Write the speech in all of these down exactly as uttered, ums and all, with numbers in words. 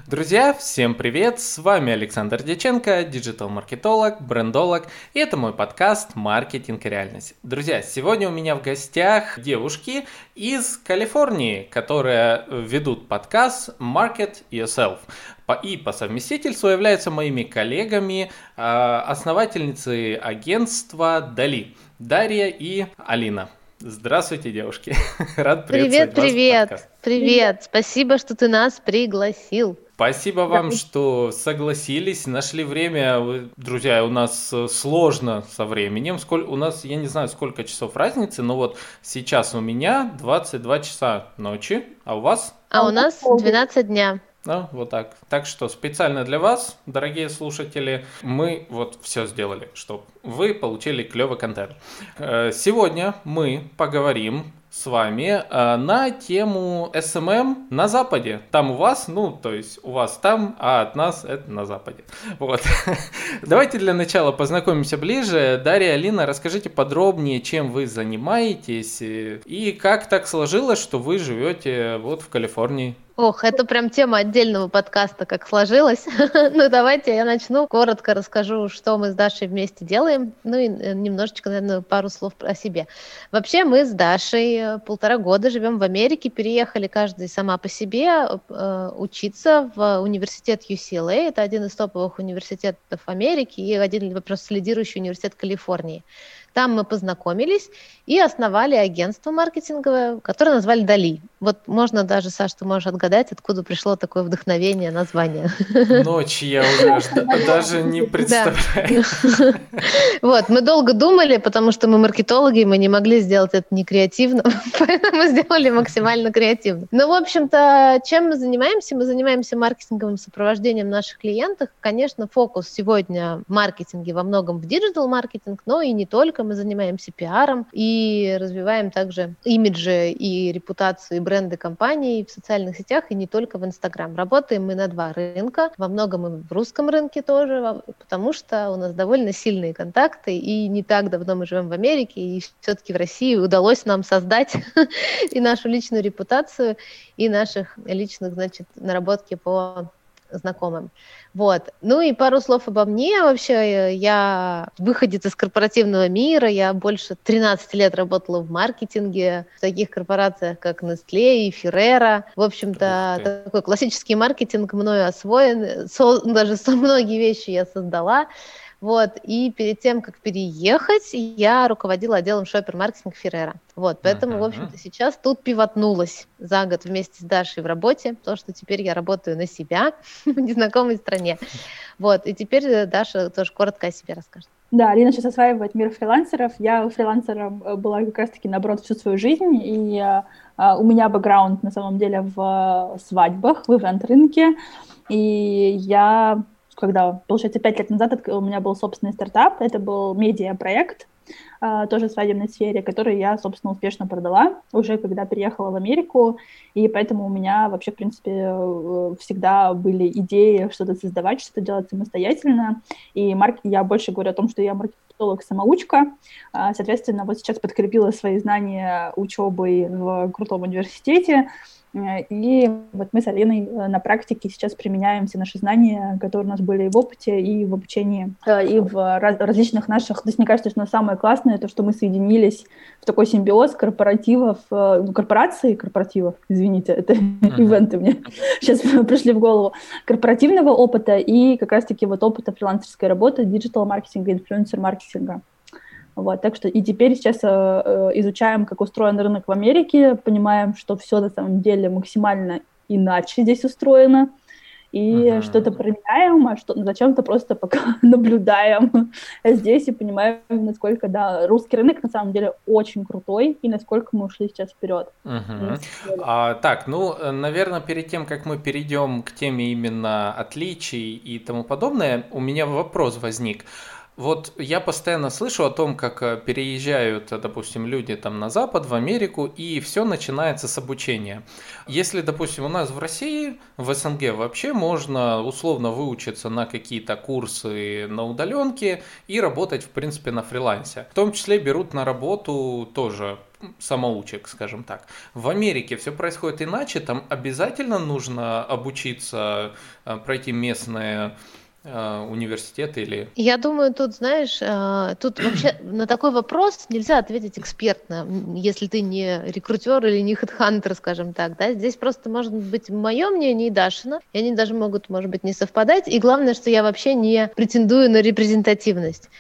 Друзья, всем привет! С вами Александр Дьяченко, диджитал-маркетолог, брендолог, и это мой подкаст «Маркетинг и реальность». Друзья, сегодня у меня в гостях девушки из Калифорнии, которые ведут подкаст «Market Yourself». И по совместительству являются моими коллегами, основательницы агентства «Дали» Дарья и Алина. Здравствуйте, девушки! Рад приветствовать привет, вас привет, в подкасте. Привет! Спасибо, что ты нас пригласил. Спасибо вам, да. что согласились, нашли время. Друзья, у нас сложно со временем. Сколь, у нас, я не знаю, сколько часов разницы, но вот сейчас у меня двадцать два часа ночи, а у вас? А у нас двенадцать дня. Да, вот так. Так что специально для вас, дорогие слушатели, мы вот все сделали, чтобы вы получили клевый контент. Сегодня мы поговорим с вами на тему эс эм эм на Западе. Там у вас, ну, то есть у вас там, а от нас это на Западе. Вот. Давайте для начала познакомимся ближе. Дарья, Алина, расскажите подробнее, чем вы занимаетесь и как так сложилось, что вы живете вот в Калифорнии. Ох, это прям тема отдельного подкаста, как сложилось. Ну, давайте я начну. Коротко расскажу, что мы с Дашей вместе делаем. Ну, и немножечко, наверное, пару слов о себе. Вообще, мы с Дашей полтора года живем в Америке, переехали каждый сама по себе э, учиться в университет ю си эл эй. Это один из топовых университетов Америки и один просто лидирующий университет Калифорнии. Там мы познакомились и основали агентство маркетинговое, которое назвали «Дали». Вот можно даже, Саш, ты можешь отгадать, откуда пришло такое вдохновение, название. Ночь я уже даже не представляю. Вот, мы долго думали, потому что мы маркетологи, мы не могли сделать это не креативно, поэтому сделали максимально креативно. Ну, в общем-то, чем мы занимаемся? Мы занимаемся маркетинговым сопровождением наших клиентов. Конечно, фокус сегодня в маркетинге во многом в диджитал-маркетинг, но и не только. Мы занимаемся пиаром и развиваем также имиджи и репутацию, и бренды компаний в социальных сетях, и не только в Инстаграм. Работаем мы на два рынка, во многом и в русском рынке тоже, потому что у нас довольно сильные контакты, и не так давно мы живем в Америке, и все-таки в России удалось нам создать и нашу личную репутацию, и наших личных, значит, наработки по знакомым. Вот. Ну и пару слов обо мне. Вообще, я выходец из корпоративного мира, я больше тринадцать лет работала в маркетинге, в таких корпорациях, как Nestlé и Ferrero. В общем-то, такой классический маркетинг мною освоен, со, даже со многие вещи я создала. Вот, и перед тем, как переехать, я руководила отделом шоппер-маркетинга Ferrero. Вот, поэтому, uh-huh. в общем-то, сейчас тут пивотнулась за год вместе с Дашей в работе, потому что теперь я работаю на себя в незнакомой стране. Вот, и теперь Даша тоже коротко о себе расскажет. Да, Алина сейчас осваивает мир фрилансеров. Я фрилансером была как раз-таки, наоборот, всю свою жизнь, и а, у меня бэкграунд, на самом деле, в свадьбах, в ивент-рынке, и я... Когда, получается, пять лет назад у меня был собственный стартап, это был медиа-проект, тоже в свадебной сфере, который я, собственно, успешно продала, уже когда переехала в Америку, и поэтому у меня вообще, в принципе, всегда были идеи что-то создавать, что-то делать самостоятельно, и марк... я больше говорю о том, что я маркетолог-самоучка, соответственно, вот сейчас подкрепила свои знания учебой в крутом университете, и вот мы с Алиной на практике сейчас применяем все наши знания, которые у нас были и в опыте, и в обучении, и в различных наших... То есть мне кажется, что самое классное, то, что мы соединились в такой симбиоз корпоративов, корпораций, корпоративов, извините, это uh-huh. ивенты мне сейчас пришли в голову, корпоративного опыта и как раз-таки вот опыта фрилансерской работы, диджитал-маркетинга, инфлюенсер-маркетинга. Вот, так что и теперь сейчас э, изучаем, как устроен рынок в Америке, понимаем, что все на самом деле максимально иначе здесь устроено, и uh-huh. что-то променяем, а что зачем-то просто пока наблюдаем здесь и понимаем, насколько, да, русский рынок на самом деле очень крутой, и насколько мы ушли сейчас вперед. Uh-huh. А, так, ну, наверное, перед тем, как мы перейдем к теме именно отличий и тому подобное, у меня вопрос возник. Вот я постоянно слышу о том, как переезжают, допустим, люди там на Запад, в Америку, и все начинается с обучения. Если, допустим, у нас в России, в СНГ вообще можно условно выучиться на какие-то курсы на удаленке и работать, в принципе, на фрилансе. В том числе берут на работу тоже самоучек, скажем так. В Америке все происходит иначе, там обязательно нужно обучиться, пройти местные университеты или... Я думаю, тут, знаешь, тут вообще на такой вопрос нельзя ответить экспертно, если ты не рекрутер или не хедхантер, скажем так, да, здесь просто может быть мое мнение и Дашина, и они даже могут, может быть, не совпадать, и главное, что я вообще не претендую на репрезентативность.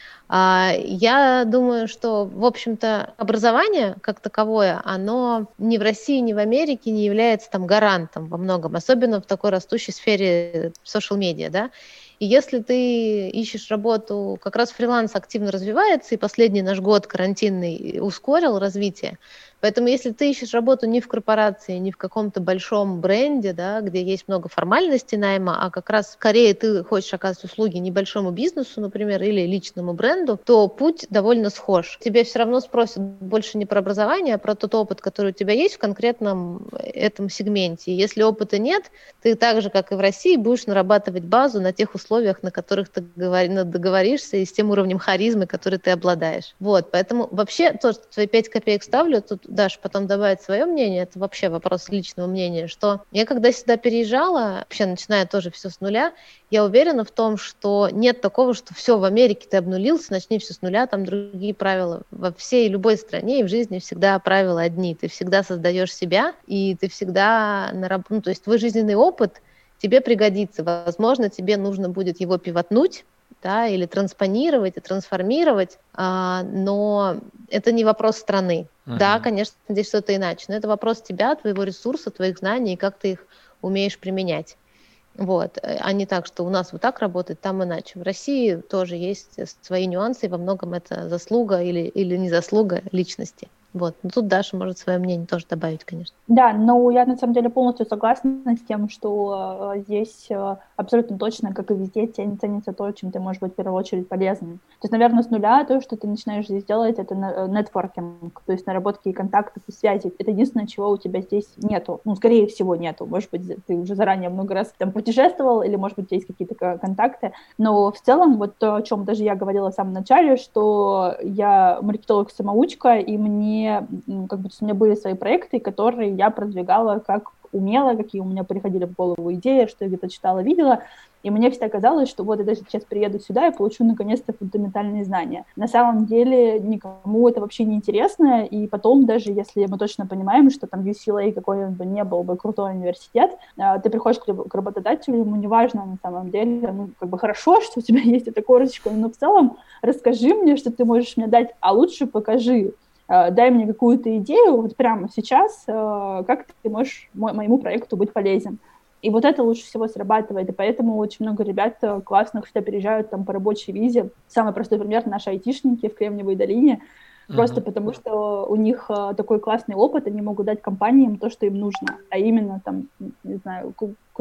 Я думаю, что, в общем-то, образование как таковое, оно ни в России, ни в Америке не является там гарантом во многом, особенно в такой растущей сфере social-медиа, да. И если ты ищешь работу, как раз фриланс активно развивается, и последний наш год карантинный ускорил развитие. Поэтому если ты ищешь работу не в корпорации, не в каком-то большом бренде, да, где есть много формальностей найма, а как раз скорее ты хочешь оказывать услуги небольшому бизнесу, например, или личному бренду, то путь довольно схож. Тебе все равно спросят больше не про образование, а про тот опыт, который у тебя есть в конкретном этом сегменте. И если опыта нет, ты так же, как и в России, будешь нарабатывать базу на тех условиях, на которых ты договоришься, и с тем уровнем харизмы, который ты обладаешь. Вот, поэтому вообще то, что твои пять копеек ставлю, тут Даша потом добавит свое мнение, это вообще вопрос личного мнения, что я когда сюда переезжала, вообще начиная тоже все с нуля, я уверена в том, что нет такого, что все, в Америке ты обнулился, начни все с нуля, там другие правила. Во всей любой стране и в жизни всегда правила одни. Ты всегда создаешь себя, и ты всегда, на раб... ну, то есть твой жизненный опыт тебе пригодится. Возможно, тебе нужно будет его пивотнуть, да, или транспонировать и трансформировать, а, но это не вопрос страны. Uh-huh. Да, конечно, здесь что-то иначе, но это вопрос тебя, твоего ресурса, твоих знаний, и как ты их умеешь применять. Вот. А не так, что у нас вот так работает, там иначе. В России тоже есть свои нюансы, и во многом это заслуга или, или не заслуга личности. Вот. Но тут Даша может свое мнение тоже добавить, конечно. Да, но я на самом деле полностью согласна с тем, что э, здесь э, абсолютно точно, как и везде, ценится то, чем ты можешь быть в первую очередь полезным. То есть, наверное, с нуля то, что ты начинаешь здесь делать, это нетворкинг, то есть наработки контактов и связей. Это единственное, чего у тебя здесь нету. Ну, скорее всего, нету. Может быть, ты уже заранее много раз там путешествовал, или, может быть, у тебя есть какие-то контакты. Но в целом, вот то, о чем даже я говорила в самом начале, что я маркетолог-самоучка, и мне как бы у меня были свои проекты, которые я продвигала как умела, какие у меня приходили в голову идеи, что я где-то читала, видела, и мне всегда казалось, что вот я сейчас приеду сюда и получу наконец-то фундаментальные знания. На самом деле никому это вообще не интересно, и потом даже если мы точно понимаем, что там ю си эл эй какой-нибудь не был бы крутой университет, ты приходишь к работодателю, ему неважно на самом деле, ну, как бы хорошо, что у тебя есть эта корочка, но в целом расскажи мне, что ты можешь мне дать, а лучше покажи. Дай мне какую-то идею вот прямо сейчас, как ты можешь мо- моему проекту быть полезен. И вот это лучше всего срабатывает, и поэтому очень много ребят классных всегда переезжают там по рабочей визе. Самый простой пример — наши айтишники в Кремниевой долине, uh-huh. просто потому что у них такой классный опыт, они могут дать компаниям то, что им нужно, а именно там, не знаю,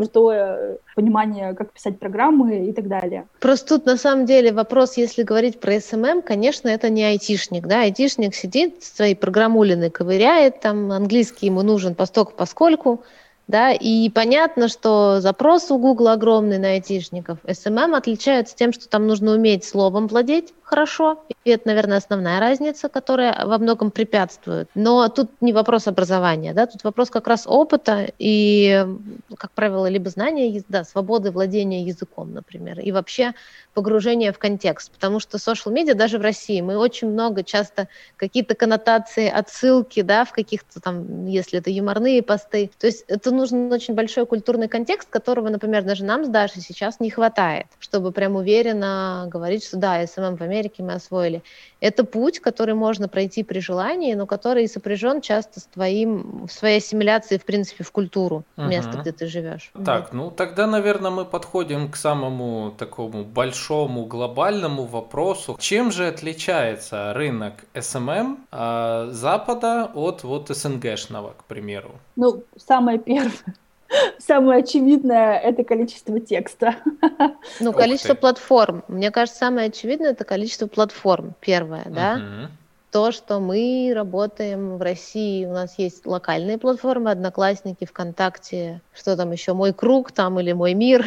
крутое понимание, как писать программы и так далее. Просто тут на самом деле вопрос, если говорить про эс эм эм, конечно, это не айтишник, да, айтишник сидит, свои программулины ковыряет, там английский ему нужен постольку поскольку, да, и понятно, что запрос у Google огромный на айтишников. эс эм эм отличается тем, что там нужно уметь словом владеть хорошо, и это, наверное, основная разница, которая во многом препятствует. Но тут не вопрос образования, да, тут вопрос как раз опыта и, как правило, либо знания, да, свободы владения языком, например, и вообще погружение в контекст, потому что social media даже в России, мы очень много часто какие-то коннотации, отсылки, да, в каких-то там, если это юморные посты, то есть это нужен очень большой культурный контекст, которого, например, даже нам с Дашей сейчас не хватает, чтобы прям уверенно говорить, что да, эс эм эм в Америке мы освоили. Это путь, который можно пройти при желании, но который сопряжен часто с твоим, в своей ассимиляцией, в принципе, в культуру места, угу. где ты живешь. Так, ну тогда, наверное, мы подходим к самому такому большому глобальному вопросу. Чем же отличается рынок эс эм эм э, Запада от вот эс эн гэшного, к примеру? Ну, самое первое, Самое очевидное — это количество текста. Ну, количество платформ. Мне кажется, самое очевидное — это количество платформ, первое, да? Мгм. То, что мы работаем в России, у нас есть локальные платформы, Одноклассники, ВКонтакте, что там еще, Мой круг там или Мой мир.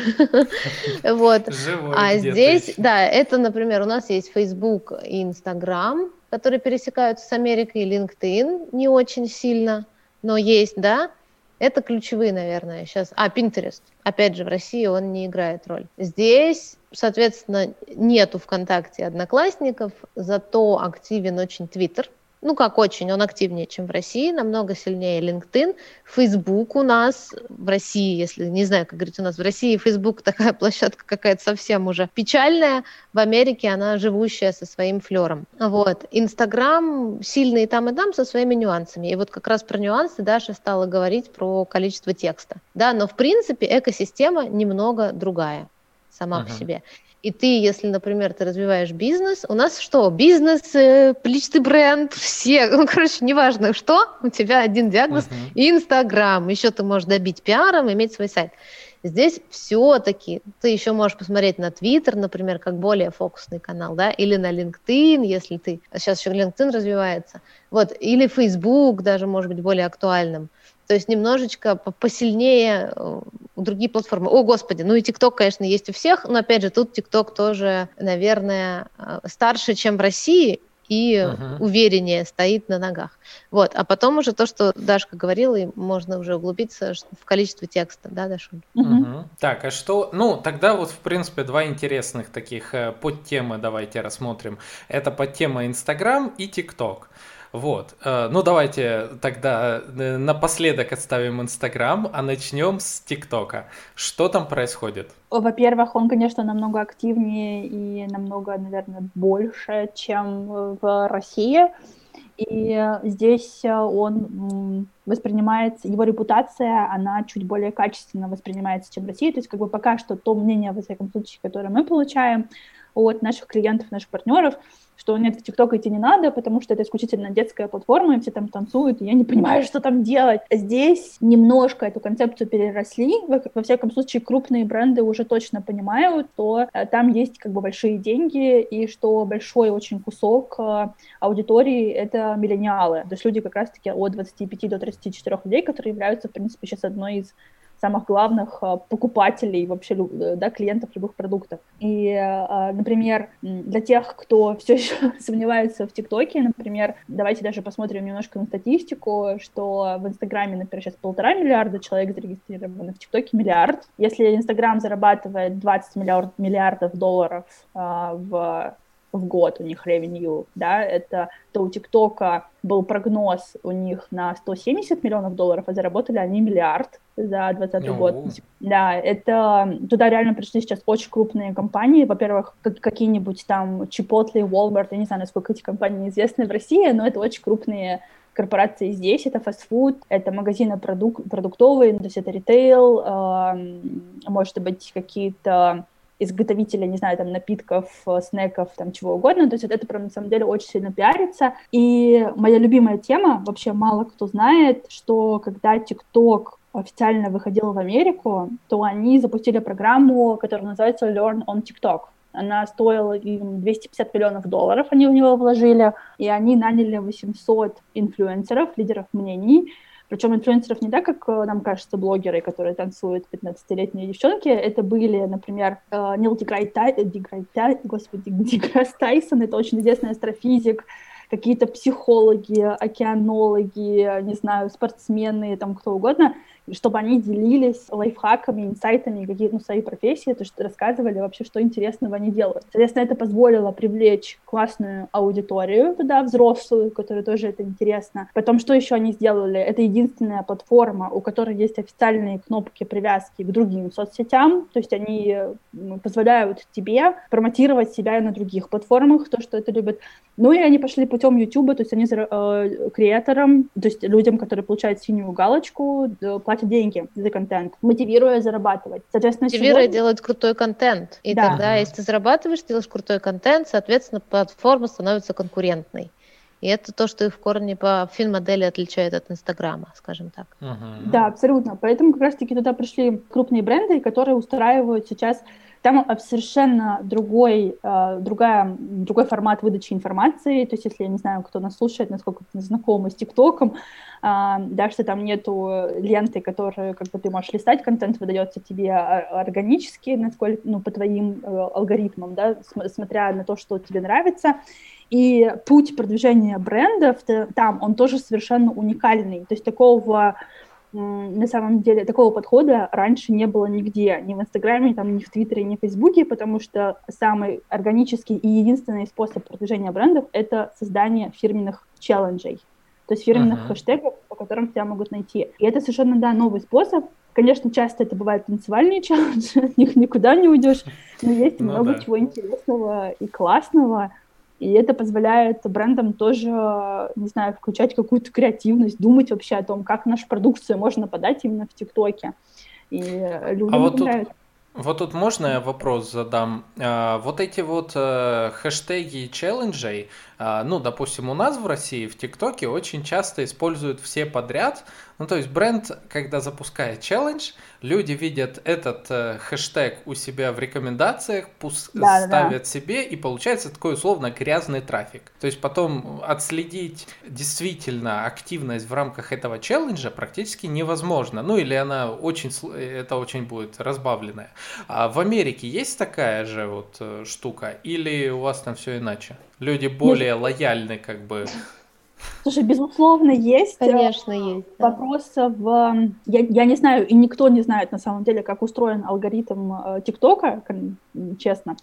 Вот. Живой А где-то здесь, еще. да, это, например, у нас есть Facebook и Instagram, которые пересекаются с Америкой, и LinkedIn не очень сильно, но есть, да. Это ключевые, наверное, сейчас. А, Pinterest. Опять же, в России он не играет роль. Здесь, соответственно, нету ВКонтакте Одноклассников, зато активен очень Twitter. Ну, как очень, он активнее, чем в России, намного сильнее LinkedIn. Facebook у нас в России, если, не знаю, как говорить, у нас в России Facebook такая площадка какая-то совсем уже печальная, в Америке она живущая со своим флером. Вот. Инстаграм сильный и там, и там со своими нюансами. И вот как раз про нюансы Даша стала говорить про количество текста. Да, но в принципе экосистема немного другая сама Мгм. по себе. И ты, если, например, ты развиваешь бизнес, у нас что? Бизнес, э, личный бренд, все, ну, короче, неважно что, у тебя один диагноз Мгм. и Инстаграм. Еще ты можешь добить пиаром, иметь свой сайт. Здесь все-таки ты еще можешь посмотреть на Twitter, например, как более фокусный канал, да, или на LinkedIn, если ты... Сейчас еще LinkedIn развивается. Вот, или Facebook даже может быть более актуальным. То есть немножечко посильнее э, другие платформы. О, господи, ну и TikTok, конечно, есть у всех, но, опять же, тут TikTok тоже, наверное, э, старше, чем в России, и Мгм. увереннее стоит на ногах. Вот. А потом уже то, что Дашка говорила, и можно уже углубиться ш- в количество текста, да, Дашуль? Мгм. Мгм. Так, а что? Ну, тогда вот, в принципе, два интересных таких э, подтемы давайте рассмотрим. Это подтема Инстаграм и ТикТок. Вот. Э, ну, давайте тогда э, напоследок оставим Инстаграм, а начнем с ТикТока. Что там происходит? Во-первых, он, конечно, намного активнее и намного, наверное, больше, чем в России. И э, здесь э, он м, воспринимается, его репутация, она чуть более качественно воспринимается, чем в России. То есть, как бы пока что то мнение, во всяком случае, которое мы получаем от наших клиентов, наших партнеров, что нет, в ТикТок идти не надо, потому что это исключительно детская платформа, и все там танцуют, и я не понимаю, что там делать. Здесь немножко эту концепцию переросли. Во, во всяком случае, крупные бренды уже точно понимают, что э, там есть как бы большие деньги, и что большой очень кусок э, аудитории — это миллениалы. То есть люди как раз-таки от двадцати пяти до тридцати четырёх людей, которые являются, в принципе, сейчас одной из самых главных э, покупателей, вообще, лю- да, клиентов любых продуктов. И, э, например, для тех, кто все еще сомневается в ТикТоке, например, давайте даже посмотрим немножко на статистику, что в Инстаграме, например, сейчас полтора миллиарда человек зарегистрированы, в ТикТоке миллиард. Если Инстаграм зарабатывает двадцать миллиард, миллиардов долларов э, в в год у них revenue, да, это, то у ТикТока был прогноз у них на сто семьдесят миллионов долларов, а заработали они миллиард за двадцатый год. Оу. Да, это, туда реально пришли сейчас очень крупные компании, во-первых, как, какие-нибудь там Chipotle, Walmart, я не знаю, насколько эти компании известны в России, но это очень крупные корпорации здесь, это фастфуд, это магазины продук- продуктовые, то есть это ритейл, э, может быть, какие-то изготовителя, не знаю, там, напитков, снеков, там, чего угодно. То есть вот это, прям, на самом деле, очень сильно пиарится. И моя любимая тема, вообще мало кто знает, что когда TikTok официально выходил в Америку, то они запустили программу, которая называется Learn on TikTok. Она стоила им двести пятьдесят миллионов долларов, они в него вложили, и они наняли восемьсот инфлюенсеров, лидеров мнений. Причем инфлюенсеров не так, как нам кажется, блогеры, которые танцуют, пятнадцатилетние девчонки. Это были, например, Нил Деграсс Тайсон, господи, Деграсс Тайсон, это очень известный астрофизик, какие-то психологи, океанологи, не знаю, спортсмены, там кто угодно, чтобы они делились лайфхаками, инсайтами, какие, ну, своей профессии, то есть рассказывали вообще, что интересного они делают. Соответственно, это позволило привлечь классную аудиторию туда, взрослую, которой тоже это интересно. Потом, что еще они сделали? Это единственная платформа, у которой есть официальные кнопки привязки к другим соцсетям, то есть они позволяют тебе промотировать себя на других платформах, то, что это любят. Ну и они пошли путем YouTube, то есть они э, креаторам, то есть людям, которые получают синюю галочку, платят деньги за контент, мотивируя зарабатывать. Соответственно, Мотивируя сегодня... делать крутой контент. И Да. тогда, если ты зарабатываешь, делаешь крутой контент, соответственно, платформа становится конкурентной. И это то, что их в корне по фин-модели отличает от Инстаграма, скажем так. Uh-huh. Да, абсолютно. Поэтому как раз-таки туда пришли крупные бренды, которые устраивают сейчас... Там совершенно другой, э, другая, другой формат выдачи информации. То есть, если, я не знаю, кто нас слушает, насколько знакомы с ТикТоком, э, да, что там нету ленты, которые, как бы, ты можешь листать, контент выдается тебе органически, насколько, ну, по твоим э, алгоритмам, да, см- смотря на то, что тебе нравится. И путь продвижения брендов там, он тоже совершенно уникальный. То есть такого... На самом деле такого подхода раньше не было нигде, ни в Инстаграме, там, ни в Твиттере, ни в Фейсбуке, потому что самый органический и единственный способ продвижения брендов — это создание фирменных челленджей, то есть фирменных uh-huh. хэштегов, по которым тебя могут найти. И это совершенно, да, новый способ. Конечно, часто это бывают танцевальные челленджи, от них никуда не уйдешь, но есть ну, много да. чего интересного и классного. И это позволяет брендам тоже, не знаю, включать какую-то креативность, думать вообще о том, как нашу продукцию можно подать именно в ТикТоке. И людям а вот это тут, нравится. Вот тут можно я вопрос задам? А, вот эти вот а, хэштеги челленджей, а, ну, допустим, у нас в России в ТикТоке очень часто используют все подряд. Ну, то есть бренд, когда запускает челлендж, люди видят этот э, хэштег у себя в рекомендациях, пус- да, ставят да. себе, и получается такой условно грязный трафик. То есть потом отследить действительно активность в рамках этого челленджа практически невозможно. Ну, или она очень, это очень будет разбавленная. А в Америке есть такая же вот э, штука? Или у вас там все иначе? Люди более Нет. лояльны как бы... Слушай, безусловно, есть. Конечно, есть. Да. Вопросов... Я, я не знаю, и никто не знает на самом деле, как устроен алгоритм ТикТока, честно.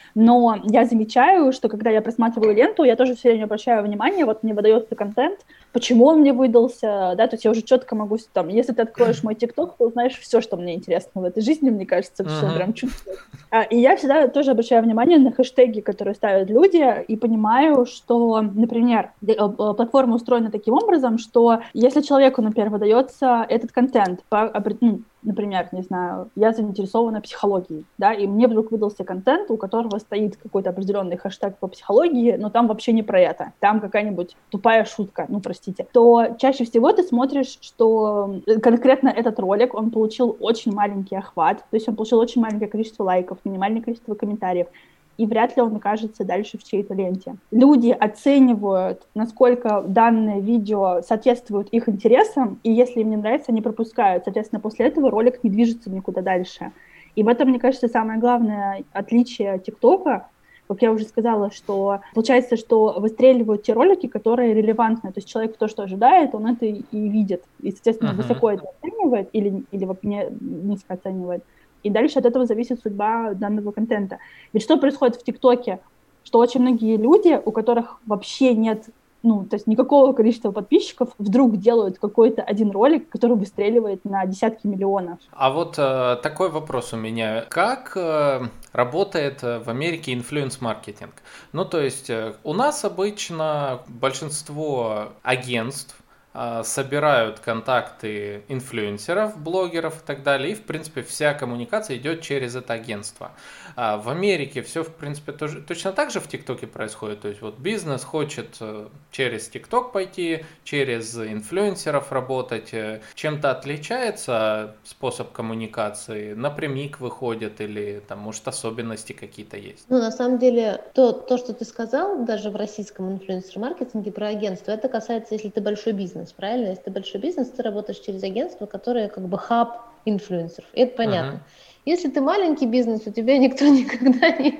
Но я замечаю, что когда я просматриваю ленту, я тоже все время обращаю внимание, вот мне выдается контент, почему он мне выдался, да, то есть я уже четко могу, там, если ты откроешь мой ТикТок, ты узнаешь все, что мне интересно в этой жизни, мне кажется, все uh-huh. прям чувствую. И я всегда тоже обращаю внимание на хэштеги, которые ставят люди, и понимаю, что, например, платформа устроена таким образом, что если человеку, например, выдается этот контент, по, ну, например, не знаю, я заинтересована психологией, да, и мне вдруг выдался контент, у которого стоит какой-то определенный хэштег по психологии, но там вообще не про это, там какая-нибудь тупая шутка, ну, простите, то чаще всего ты смотришь, что конкретно этот ролик, он получил очень маленький охват, то есть он получил очень маленькое количество лайков, минимальное количество комментариев, и вряд ли он окажется дальше в чьей-то ленте. Люди оценивают, насколько данное видео соответствует их интересам, и если им не нравится, они пропускают. Соответственно, после этого ролик не движется никуда дальше. И в этом, мне кажется, самое главное отличие ТикТока. Как я уже сказала, что получается, что выстреливают те ролики, которые релевантны. То есть человек то, что ожидает, он это и видит. И, соответственно, uh-huh. высоко это оценивает или, или низко оценивает. И дальше от этого зависит судьба данного контента. Ведь что происходит в ТикТоке? Что очень многие люди, у которых вообще нет, ну, то есть никакого количества подписчиков, вдруг делают какой-то один ролик, который выстреливает на десятки миллионов. А вот э, такой вопрос у меня. Как э, работает в Америке инфлюенс-маркетинг? Ну, то есть э, у нас обычно большинство агентств собирают контакты инфлюенсеров, блогеров и так далее, и, в принципе, вся коммуникация идет через это агентство. А в Америке все, в принципе, тоже, точно так же в ТикТоке происходит, то есть вот бизнес хочет через ТикТок пойти, через инфлюенсеров работать, чем-то отличается способ коммуникации, напрямик выходит или, там, может, особенности какие-то есть? Ну, на самом деле, то, то, что ты сказал, даже в российском инфлюенсер-маркетинге про агентство, это касается, если ты большой бизнес. Правильно? Если ты большой бизнес, ты работаешь через агентство, которое как бы хаб инфлюенсеров. И это понятно. Uh-huh. Если ты маленький бизнес, у тебя никто никогда не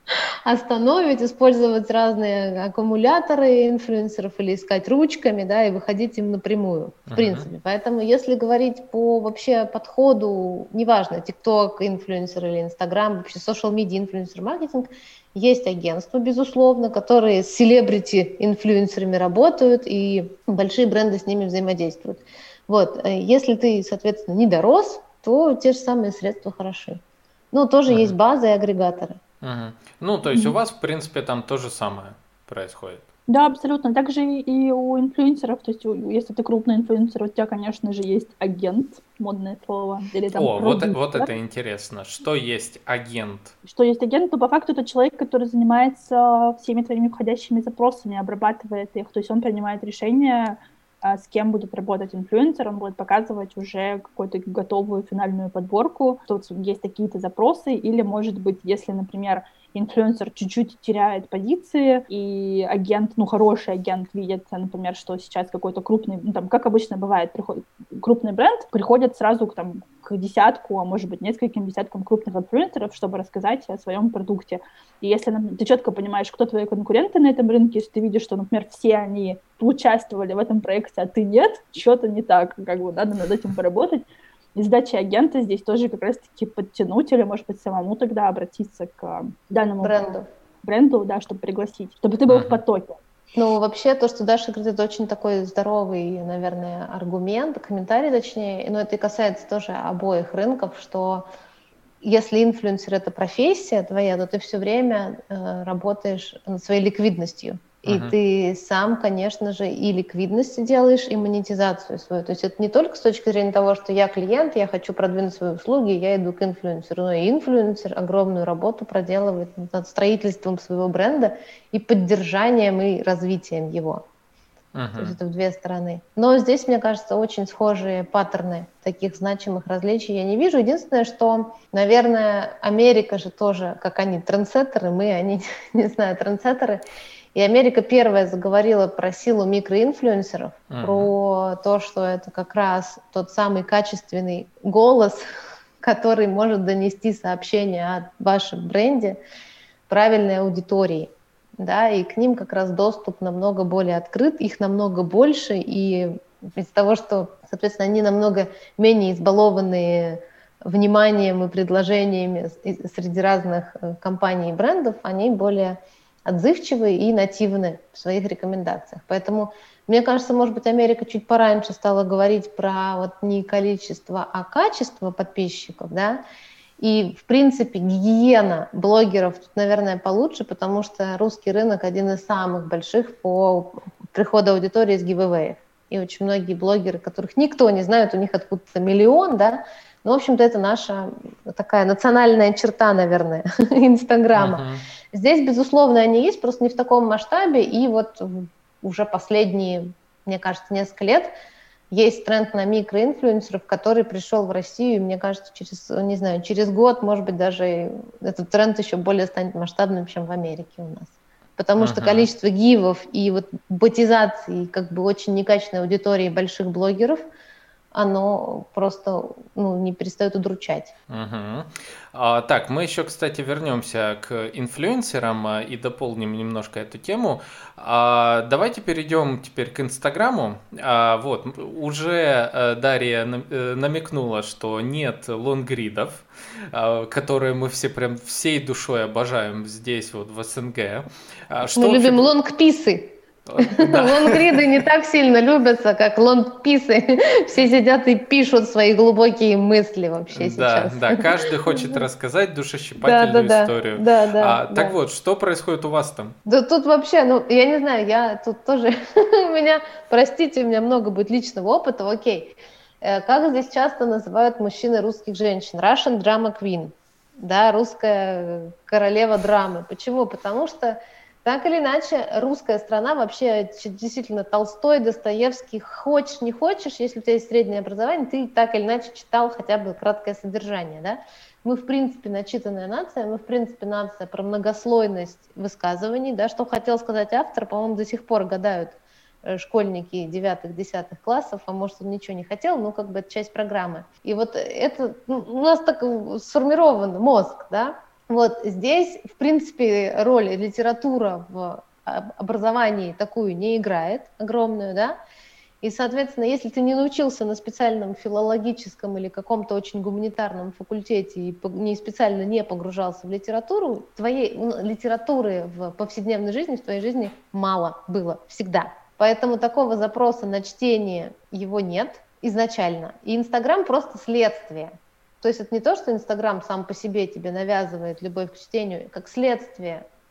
остановит использовать разные аккумуляторы инфлюенсеров или искать ручками, да, и выходить им напрямую, в uh-huh. принципе. Поэтому если говорить по вообще подходу, неважно, TikTok, инфлюенсер или Instagram, вообще social media инфлюенсер маркетинг, есть агентства, безусловно, которые с селебрити-инфлюенсерами работают, и большие бренды с ними взаимодействуют. Вот. Если ты, соответственно, не дорос, то те же самые средства хороши. Ну, тоже uh-huh. есть базы и агрегаторы. Uh-huh. Ну, то есть uh-huh. у вас, в принципе, там то же самое происходит. Да, абсолютно. Также и у инфлюенсеров, то есть у- если ты крупный инфлюенсер, у тебя, конечно же, есть агент, модное слово, или там О, вот, э- вот продюсер. это интересно. Что есть агент? Что есть агент, то по факту это человек, который занимается всеми твоими входящими запросами, обрабатывает их, то есть он принимает решение, а, с кем будет работать инфлюенсер, он будет показывать уже какую-то готовую финальную подборку, тут есть такие-то запросы, или, может быть, если, например, инфлюенсер чуть-чуть теряет позиции, и агент, ну, хороший агент видит, например, что сейчас какой-то крупный, ну, там, как обычно бывает, приходит крупный бренд, приходит сразу к, там, к десятку, а может быть, нескольким десяткам крупных инфлюенсеров, чтобы рассказать о своем продукте. И если например, ты четко понимаешь, кто твои конкуренты на этом рынке, если ты видишь, что, например, все они участвовали в этом проекте, а ты нет, что-то не так, как бы надо над этим поработать. И задача агента здесь тоже как раз-таки подтянуть или, может быть, самому тогда обратиться к данному Бренду. бренду, да, чтобы пригласить, чтобы ты был в потоке. Ну, вообще, то, что Даша говорит, это очень такой здоровый, наверное, аргумент, комментарий точнее, но это и касается тоже обоих рынков, что если инфлюенсер — это профессия твоя, то ты все время э, работаешь над своей ликвидностью. И Мгм. ты сам, конечно же, и ликвидность делаешь, и монетизацию свою. То есть это не только с точки зрения того, что я клиент, я хочу продвинуть свои услуги, я иду к инфлюенсеру, но и инфлюенсер огромную работу проделывает над строительством своего бренда и поддержанием и развитием его. То есть Мгм. это в две стороны. Но здесь, мне кажется, очень схожие паттерны, таких значимых различий я не вижу. Единственное, что, наверное, Америка же тоже, как они, трендсеттеры, мы, они, не знаю, трендсеттеры. И Америка первая заговорила про силу микроинфлюенсеров, Мгм. про то, что это как раз тот самый качественный голос, который может донести сообщение о вашем бренде правильной аудитории. Да, и к ним как раз доступ намного более открыт, их намного больше, и из-за того, что, соответственно, они намного менее избалованные вниманием и предложениями среди разных компаний и брендов, они более отзывчивы и нативны в своих рекомендациях. Поэтому, мне кажется, может быть, Америка чуть пораньше стала говорить про вот не количество, а качество подписчиков, да, и, в принципе, гигиена блогеров тут, наверное, получше, потому что русский рынок один из самых больших по приходу аудитории из гивэвэев. И очень многие блогеры, которых никто не знает, у них откуда-то миллион, да, ну, в общем-то, это наша такая национальная черта, наверное, Инстаграма. Мгм. Здесь, безусловно, они есть, просто не в таком масштабе, и вот уже последние, мне кажется, несколько лет есть тренд на микроинфлюенсеров, который пришел в Россию, и мне кажется, через, не знаю, через год, может быть, даже этот тренд еще более станет масштабным, чем в Америке у нас. Потому что Мгм. количество гивов и вот ботизации как бы очень некачественной аудитории больших блогеров, оно просто ну, не перестает удручать. Мгм. А, так, мы еще, кстати, вернемся к инфлюенсерам а, и дополним немножко эту тему. А, давайте перейдем теперь к Инстаграму. А, вот, м, уже э, Дарья нам- э, намекнула, что нет лонгридов, а, которые мы все прям всей душой обожаем здесь, вот в СНГ. А, что Мы вообще... любим лонгписы. э, Да. Лонгриды не так сильно любятся, как лонгписы. Все сидят и пишут свои глубокие мысли вообще Да, сейчас. да, каждый хочет рассказать Да, да, душещипательную да, историю. да, да, А, так да. вот, что происходит у вас там? Да тут вообще, ну, я не знаю, я тут тоже, у меня, простите, у меня много будет личного опыта, окей. Э, Как здесь часто называют мужчины русских женщин? Russian drama queen, да, русская королева драмы. Почему? Потому что так или иначе русская страна вообще ч- действительно Толстой, Достоевский, хочешь не хочешь, если у тебя есть среднее образование, ты так или иначе читал хотя бы краткое содержание, да? Мы, в принципе, начитанная нация, мы, в принципе, нация про многослойность высказываний, да, что хотел сказать автор, по-моему, до сих пор гадают э, школьники девятых-десятых классов, а может, он ничего не хотел, но как бы это часть программы. И вот это, ну, у нас так сформирован мозг, да, вот здесь, в принципе, роль литература в образовании такую не играет огромную, да, и, соответственно, если ты не научился на специальном филологическом или каком-то очень гуманитарном факультете и не специально не погружался в литературу, твоей ну, литературы в повседневной жизни, в твоей жизни мало было всегда. Поэтому такого запроса на чтение его нет изначально. И Инстаграм просто следствие. То есть это не то, что Инстаграм сам по себе тебе навязывает любовь к чтению, как следствие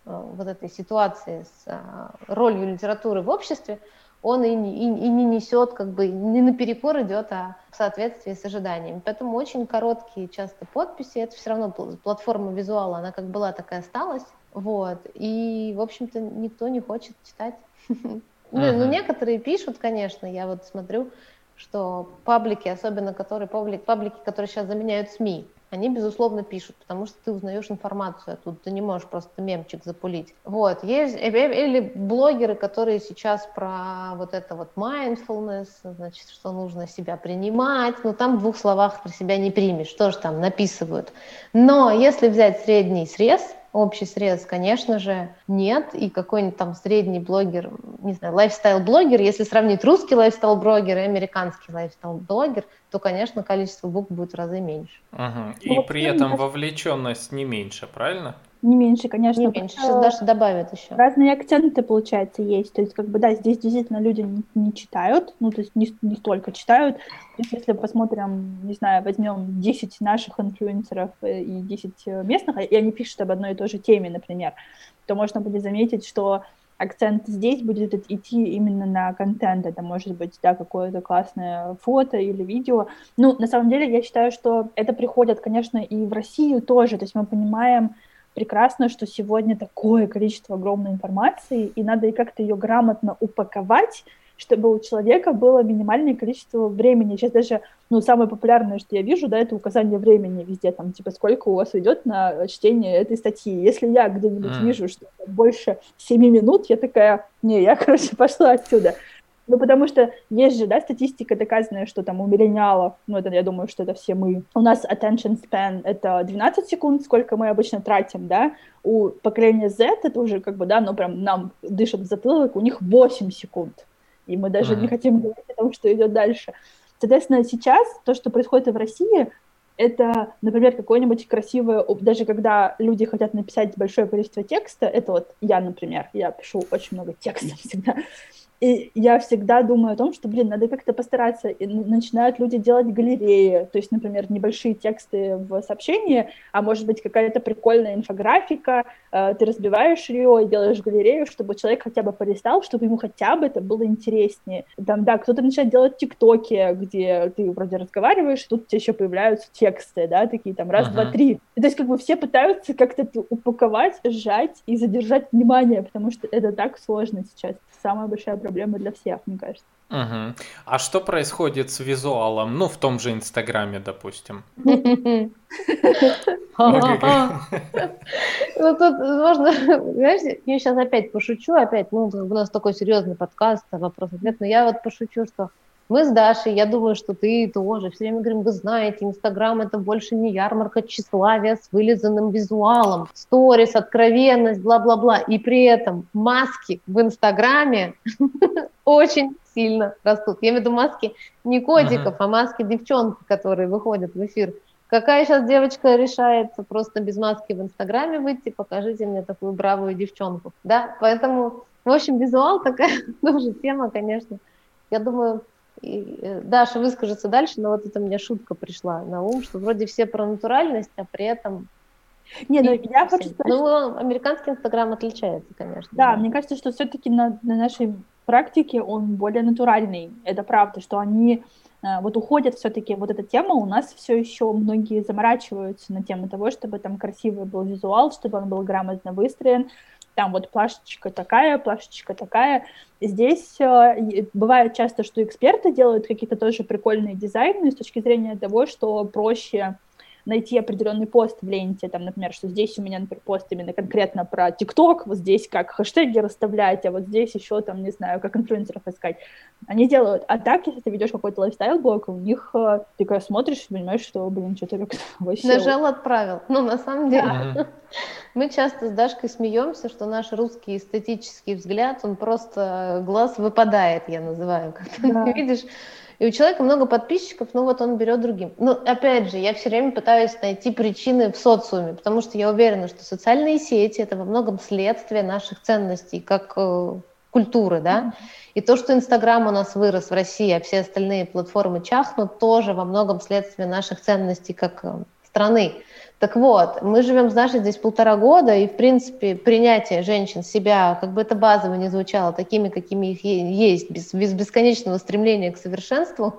вот этой ситуации с ролью литературы в обществе, он и не, и, и не несет, как бы, не наперекор идет, а в соответствии с ожиданиями. Поэтому очень короткие часто подписи, это все равно платформа визуала, она как была, так и осталась. Вот. И, в общем-то, никто не хочет читать. Ну, ну, некоторые пишут, конечно, я вот смотрю, что паблики, особенно которые, паблики, паблики, которые сейчас заменяют СМИ, они, безусловно, пишут, потому что ты узнаешь информацию оттуда, ты не можешь просто мемчик запулить. Вот, есть, или блогеры, которые сейчас про вот это вот mindfulness, значит, что нужно себя принимать, ну там в двух словах про себя не примешь, тоже там написывают. Но если взять средний срез, общий срез, конечно же, нет, и какой-нибудь там средний блогер, не знаю, лайфстайл-блогер, если сравнить русский лайфстайл-блогер и американский лайфстайл-блогер, то, конечно, количество букв будет в разы меньше. Угу. И ну, при этом вовлеченность не меньше, правильно? Не меньше, конечно. Не меньше. Сейчас Даша добавит еще. Разные акценты, получается, есть. То есть, как бы, да, здесь действительно люди не, не читают, ну, то есть не, не столько читают. То есть, если посмотрим, не знаю, возьмем десять наших инфлюенсеров и десять местных, и они пишут об одной и той же теме, например, то можно будет заметить, что акцент здесь будет идти именно на контент. Это может быть, да, какое-то классное фото или видео. Ну, на самом деле, я считаю, что это приходит, конечно, и в Россию тоже. То есть мы понимаем прекрасно, что сегодня такое количество огромной информации, и надо и как-то ее грамотно упаковать, чтобы у человека было минимальное количество времени. Сейчас даже, ну, самое популярное, что я вижу, да, это указание времени везде, там, типа, сколько у вас уйдет на чтение этой статьи. Если я где-нибудь mm. вижу, что больше семи минут, я такая, не, я, короче, пошла отсюда. Ну, потому что есть же, да, статистика доказанная, что там у миллениалов, ну, это, я думаю, что это все мы, у нас attention span — это двенадцать секунд, сколько мы обычно тратим, да, у поколения Z это уже, как бы, да, ну, прям нам дышат в затылок, у них восемь секунд, и мы даже mm-hmm. не хотим говорить о том, что идет дальше. Соответственно, сейчас то, что происходит и в России, это, например, какое-нибудь красивое, даже когда люди хотят написать большое количество текста, это вот я, например, я пишу очень много текста всегда, и я всегда думаю о том, что, блин, надо как-то постараться. И начинают люди делать галереи, то есть, например, небольшие тексты в сообщении, а может быть какая-то прикольная инфографика, э, ты разбиваешь ее и делаешь галерею, чтобы человек хотя бы полистал, чтобы ему хотя бы это было интереснее. Там, да, кто-то начинает делать тиктоки, где ты вроде разговариваешь, тут у тебя еще появляются тексты, да, такие там раз, uh-huh. два, три. И, то есть как бы все пытаются как-то это упаковать, сжать и задержать внимание, потому что это так сложно сейчас. Самая большая проблема для всех, мне кажется. Угу. А что происходит с визуалом? Ну, в том же Инстаграме, допустим. Ну, тут можно, знаешь, я сейчас опять пошучу, опять, ну, у нас такой серьезный подкаст, вопрос-ответ, но я вот пошучу, что мы с Дашей, я думаю, что ты тоже, все время говорим, вы знаете, Инстаграм — это больше не ярмарка тщеславия с вылизанным визуалом, сторис, откровенность, бла-бла-бла. И при этом маски в Инстаграме очень сильно растут. Я имею в виду маски не котиков, а маски девчонки, которые выходят в эфир. Какая сейчас девочка решается просто без маски в Инстаграме выйти, покажите мне такую бравую девчонку. Да, поэтому, в общем, визуал такая тоже тема, конечно. Я думаю... И Даша выскажется дальше, но вот это у меня шутка пришла на ум, что вроде все про натуральность, а при этом... Не, ну я хочу сказать... Ну, американский Инстаграм отличается, конечно. Да, да. Мне кажется, что все-таки на, на нашей практике он более натуральный. Это правда, что они вот уходят все-таки, вот эта тема, у нас все еще многие заморачиваются на тему того, чтобы там красивый был визуал, чтобы он был грамотно выстроен. Там вот плашечка такая, плашечка такая. Здесь э, бывает часто, что эксперты делают какие-то тоже прикольные дизайны с точки зрения того, что проще найти определенный пост в ленте, там, например, что здесь у меня, например, пост именно конкретно про ТикТок, вот здесь как хэштеги расставлять, а вот здесь еще, там, не знаю, как инфлюенсеров искать. Они делают. А так, если ты ведешь какой-то лайфстайл-блог, у них э, ты когда смотришь, понимаешь, что, блин, что-то как-то вообще... Нажал, отправил. Ну, на самом деле, да. Мы часто с Дашкой смеемся, что наш русский эстетический взгляд, он просто глаз выпадает, я называю, когда ты видишь... И у человека много подписчиков, ну вот он берет другим. Ну, опять же, я все время пытаюсь найти причины в социуме, потому что я уверена, что социальные сети — это во многом следствие наших ценностей, как э, культуры, да. Mm-hmm. И то, что Инстаграм у нас вырос в России, а все остальные платформы чахнут, тоже во многом следствие наших ценностей как э, страны. Так вот, мы живем с Дашей здесь полтора года, и, в принципе, принятие женщин себя, как бы это базово не звучало, такими, какими их есть, без, без бесконечного стремления к совершенству,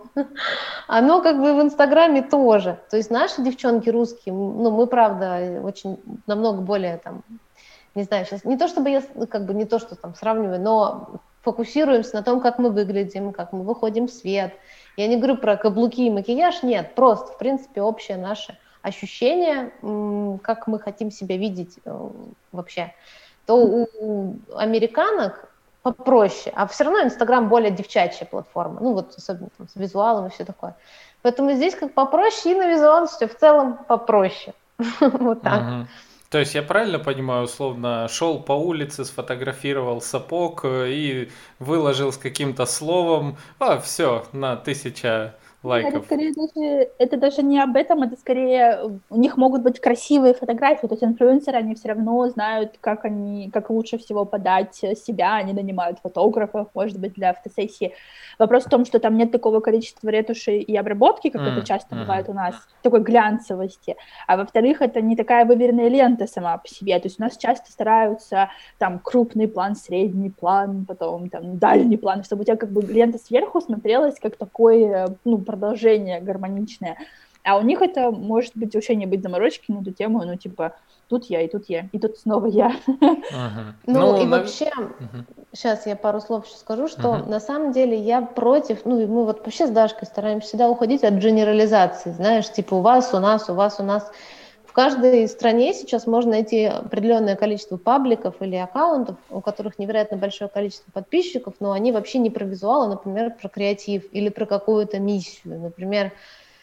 оно как бы в Инстаграме тоже. То есть наши девчонки русские, ну, мы, правда, очень намного более там, не знаю, сейчас, не то чтобы я, как бы не то, что там сравниваю, но фокусируемся на том, как мы выглядим, как мы выходим в свет. Я не говорю про каблуки и макияж, нет, просто, в принципе, общее наше ощущение, как мы хотим себя видеть вообще, то у американок попроще, а все равно Инстаграм более девчачья платформа, ну вот особенно там с визуалом и все такое. Поэтому здесь как попроще, и на визуал все в целом попроще. Вот так. То есть я правильно понимаю, условно, шел по улице, сфотографировал сапог и выложил с каким-то словом, а все, на тысяча лайков. Это скорее даже, это даже не об этом, это скорее у них могут быть красивые фотографии, то есть инфлюенсеры, они все равно знают, как они, как лучше всего подать себя, они нанимают фотографов, может быть, для фотосессии. Вопрос в том, что там нет такого количества ретуши и обработки, как mm, это часто mm. бывает у нас, такой глянцевости, а во-вторых, это не такая выверенная лента сама по себе, то есть у нас часто стараются там крупный план, средний план, потом там дальний план, чтобы у тебя как бы лента сверху смотрелась как такой, ну, продолжение гармоничное. А у них это может быть вообще не быть заморочки на эту тему, ну, типа, тут я, и тут я, и тут снова я. Uh-huh. Ну, ну, и на... вообще, uh-huh. сейчас я пару слов еще скажу, что uh-huh. на самом деле я против, ну, и мы вот вообще с Дашкой стараемся всегда уходить от генерализации, знаешь, типа, у вас, у нас, у вас, у нас. В каждой стране сейчас можно найти определенное количество пабликов или аккаунтов, у которых невероятно большое количество подписчиков, но они вообще не про визуал, а, например, про креатив или про какую-то миссию. Например,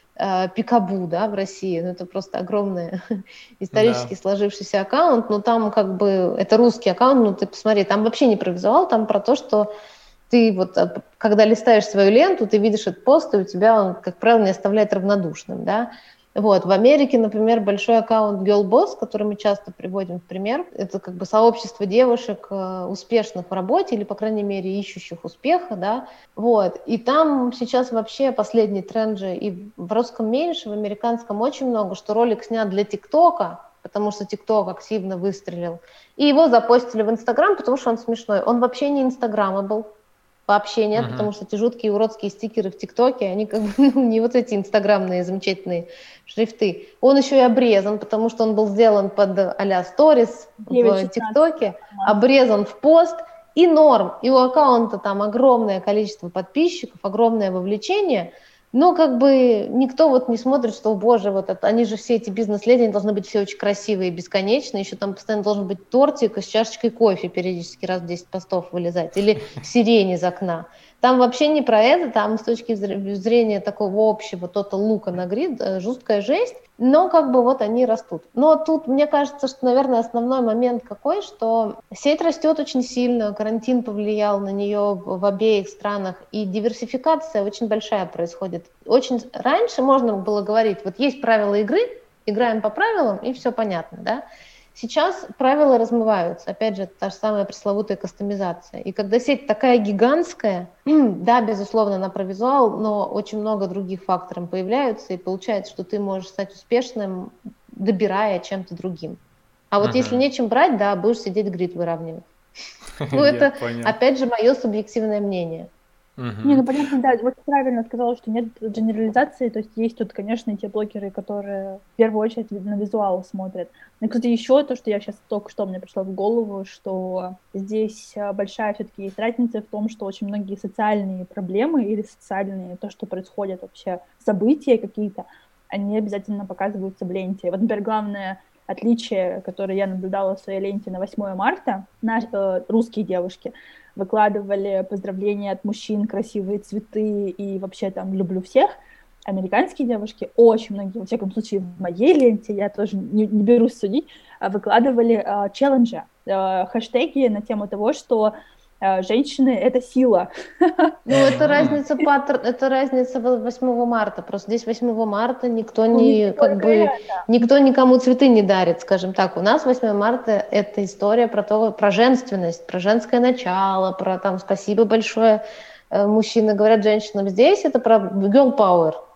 Пикабу, да, в России. Ну, это просто огромный исторически да. сложившийся аккаунт, но там как бы, это русский аккаунт, ну ты посмотри, там вообще не про визуал, там про то, что ты вот, когда листаешь свою ленту, ты видишь этот пост, и у тебя он, как правило, не оставляет равнодушным, да. Вот. В Америке, например, большой аккаунт Girl Boss, который мы часто приводим в пример, это как бы сообщество девушек э, успешных в работе или, по крайней мере, ищущих успеха, да, вот. И там сейчас вообще последний тренд же, и в русском меньше, в американском очень много, что ролик снят для ТикТока, потому что ТикТок активно выстрелил, и его запостили в Инстаграм, потому что он смешной. Он вообще не инстаграмабл. Вообще нет, uh-huh. потому что эти жуткие уродские стикеры в ТикТоке, они как бы ну, не вот эти инстаграмные замечательные шрифты. Он еще и обрезан, потому что он был сделан под а-ля сторис в ТикТоке, обрезан в пост, и норм. И у аккаунта там огромное количество подписчиков, огромное вовлечение, но как бы никто вот не смотрит, что, боже, вот это, они же все эти бизнес-леди, они должны быть все очень красивые и бесконечные, еще там постоянно должен быть тортик с чашечкой кофе периодически раз в десять постов вылезать, или сирень из окна. Там вообще не про это, там с точки зрения такого общего total лука на грид жуткая жесть, но как бы вот они растут. Но тут, мне кажется, что, наверное, основной момент какой, что сеть растет очень сильно, карантин повлиял на нее в обеих странах, и диверсификация очень большая происходит. Очень раньше можно было говорить, вот есть правила игры, играем по правилам, и все понятно, да? Сейчас правила размываются, опять же, та же самая пресловутая кастомизация. И когда сеть такая гигантская, да, безусловно, она про визуал, но очень много других факторов появляются, и получается, что ты можешь стать успешным, добирая чем-то другим. А вот ага. если нечем брать, да, будешь сидеть грид выравнивать. Ну, это, опять же, мое субъективное мнение. Uh-huh. Не, ну понятно, да, вот правильно сказала, что нет генерализации, то есть есть тут, конечно, те блогеры, которые в первую очередь на визуал смотрят. Но, кстати, еще то, что я сейчас только что мне пришло в голову, что здесь большая все-таки есть разница в том, что очень многие социальные проблемы или социальные, то, что происходит вообще, события какие-то, они обязательно показываются в ленте. Вот, например, главное отличие, которое я наблюдала в своей ленте на восьмое марта, на, э, русские девушки выкладывали поздравления от мужчин, красивые цветы и вообще там люблю всех. Американские девушки, очень многие, во всяком случае в моей ленте, я тоже не, не берусь судить, выкладывали э, челленджи, э, хэштеги на тему того, что э, женщины — это сила. Ну, это разница, это разница восьмого марта. Просто здесь восьмого марта никто не, как бы, никто никому цветы не дарит, скажем так. У нас восьмое марта — это история про то, про женственность, про женское начало, про там спасибо большое. Мужчины говорят женщинам. Здесь это про girl power.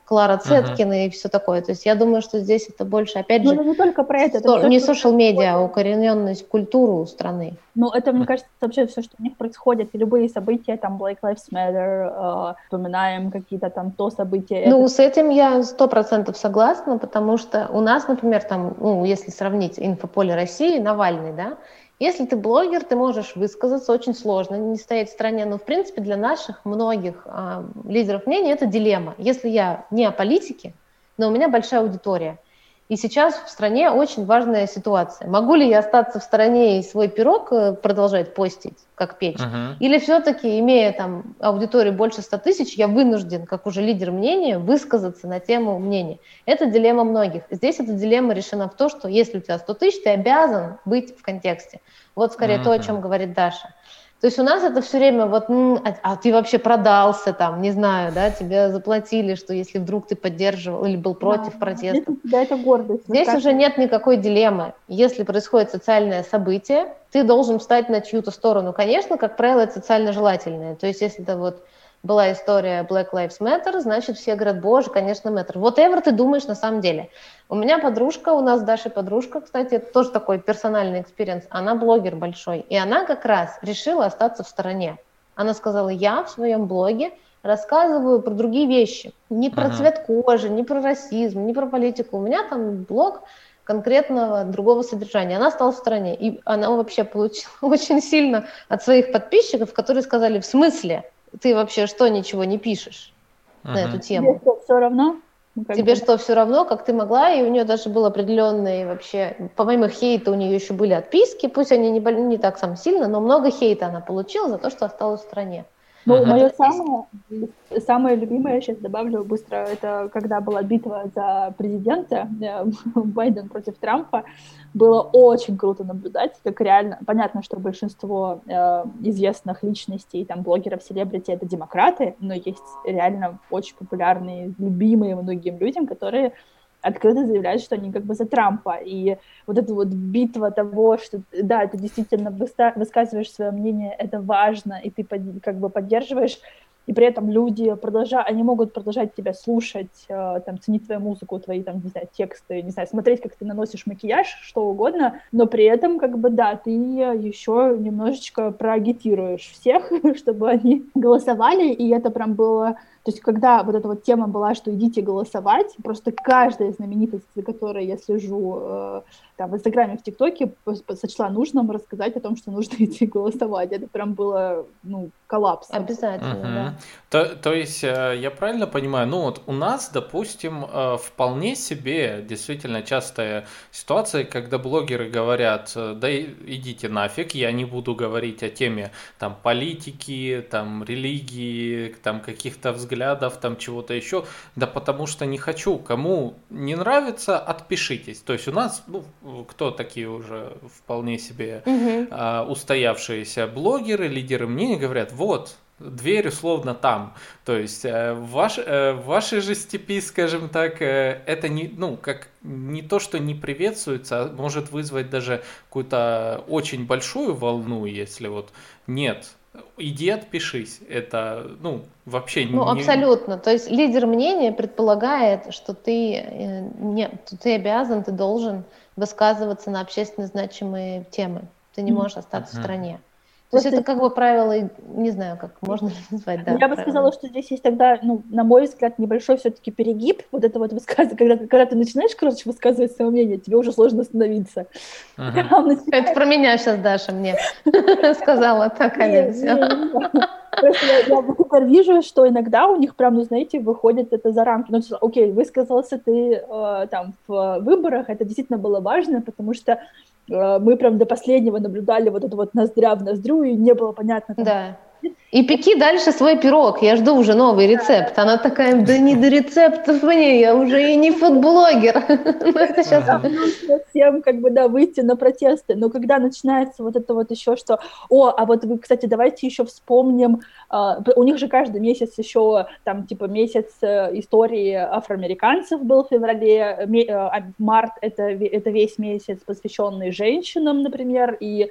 Клара Мгм. Цеткина и все такое. То есть я думаю, что здесь это больше, опять Ну, же, это не только про это, это со- все, не что social media, а происходит. укорененность в культуру страны. Ну, это, мне Мгм. кажется, вообще все, что у них происходит, и любые события, там, Black Lives Matter, э, вспоминаем какие-то там то события, это... Ну, с этим я сто процентов согласна, потому что у нас, например, там, ну, если сравнить инфополе России, Навальный, да, если ты блогер, ты можешь высказаться, очень сложно не стоять в стороне, но, в принципе, для наших многих а, лидеров мнений это дилемма. Если я не о политике, но у меня большая аудитория, и сейчас в стране очень важная ситуация. Могу ли я остаться в стороне и свой пирог э, продолжать постить, как печь? Мгм. Или все-таки, имея там аудиторию больше ста тысяч, я вынужден, как уже лидер мнения, высказаться на тему мнения? Это дилемма многих. Здесь эта дилемма решена в том, что если у тебя сто тысяч, ты обязан быть в контексте. Вот скорее то, о чем Мгм. говорит Даша. То есть у нас это все время вот, м, а, а ты вообще продался там, не знаю, да, тебе заплатили, что если вдруг ты поддерживал или был Да, против да. Здесь протестов. у тебя это гордость. Здесь уже высказывать. нет никакой дилеммы. Если происходит социальное событие, ты должен встать на чью-то сторону. Конечно, как правило, это социально желательное. То есть если это вот была история Black Lives Matter, значит, все говорят, боже, конечно, Matter. Whatever ты думаешь на самом деле. У меня подружка, у нас с Дашей подружка, кстати, это тоже такой персональный экспириенс, она блогер большой, и она как раз решила остаться в стороне. Она сказала, я в своем блоге рассказываю про другие вещи. Не про Мгм. цвет кожи, не про расизм, не про политику. У меня там блог конкретного другого содержания. Она стала в стороне. И она вообще получила очень сильно от своих подписчиков, которые сказали, в смысле? Ты вообще что, ничего не пишешь на эту Мгм. Тебе тему? что, все равно? Ну, как Тебе бы, что, все равно, как ты могла? И у нее даже был определенный вообще, помимо хейта, у нее еще были отписки, пусть они не, бол- не так сам сильно, но много хейта она получила за то, что осталась в стране. Ну, Мгм. мое Это здесь. самое, самое любимое, я сейчас добавлю быстро, это когда была битва за президента, э, Байден против Трампа, было очень круто наблюдать, как реально, понятно, что большинство э, известных личностей, там, блогеров, селебрити, это демократы, но есть реально очень популярные, любимые многим людям, которые открыто заявляют, что они как бы за Трампа, и вот эта вот битва того, что, да, ты действительно высказываешь свое мнение, это важно, и ты как бы поддерживаешь, и при этом люди продолжают, они могут продолжать тебя слушать, там, ценить твою музыку, твои, там, не знаю, тексты, не знаю, смотреть, как ты наносишь макияж, что угодно, но при этом, как бы, да, ты еще немножечко проагитируешь всех, чтобы они голосовали, и это прям было... То есть, когда вот эта вот тема была, что идите голосовать, просто каждая знаменитость, за которой я слежу э, там, в Инстаграме, в ТикТоке, сочла нужным рассказать о том, что нужно идти голосовать. Это прям было, ну, коллапс. Обязательно, Мгм. да. То, то есть, э, я правильно понимаю, ну вот у нас, допустим, э, вполне себе действительно частая ситуация, когда блогеры говорят, э, да и- идите нафиг, я не буду говорить о теме там политики, там религии, там каких-то взглядов, там чего-то еще, да потому что не хочу. Кому не нравится, отпишитесь. То есть у нас, ну, кто такие уже вполне себе Мгм. а, устоявшиеся блогеры, лидеры мнений говорят, вот, дверь условно там. То есть э, в, ваш, э, в вашей же степи, скажем так, э, это не, ну, как не то, что не приветствуется, а может вызвать даже какую-то очень большую волну, если вот нет. Иди отпишись. Это, ну, вообще Ну, не... абсолютно. То есть лидер мнения предполагает, что ты, э, не, ты обязан, ты должен высказываться на общественно значимые темы. Ты не можешь остаться в Мгм. стороне. То есть Просто это как бы правило, и- не знаю, как можно ли назвать, ну, да, я бы правило. сказала, что здесь есть тогда, ну, на мой взгляд, небольшой все-таки перегиб. Вот это вот высказывание, когда, когда ты начинаешь, короче, высказывать свое мнение, тебе уже сложно остановиться. Мгм. Там начинаешь- Это про меня сейчас Даша мне сказала, так, Не, Алин, не, все. не. Просто я, я вот теперь вижу, что иногда у них прям, ну, знаете, выходит это за рамки. Ну, типа, окей, высказался ты э, там в выборах, это действительно было важно, потому что э, мы прям до последнего наблюдали вот это вот ноздря в ноздрю, и не было понятно там... Да. И пеки дальше свой пирог, я жду уже новый рецепт. Она такая, да не до рецептов мне, я уже и не фудблогер. Ну, это сейчас... Там нужно всем как бы, да, выйти на протесты, но когда начинается вот это вот еще, что, о, а вот вы, кстати, давайте еще вспомним, uh, у них же каждый месяц еще, там, типа, месяц uh, истории афроамериканцев был в феврале, uh, март — это, это весь месяц, посвященный женщинам, например, и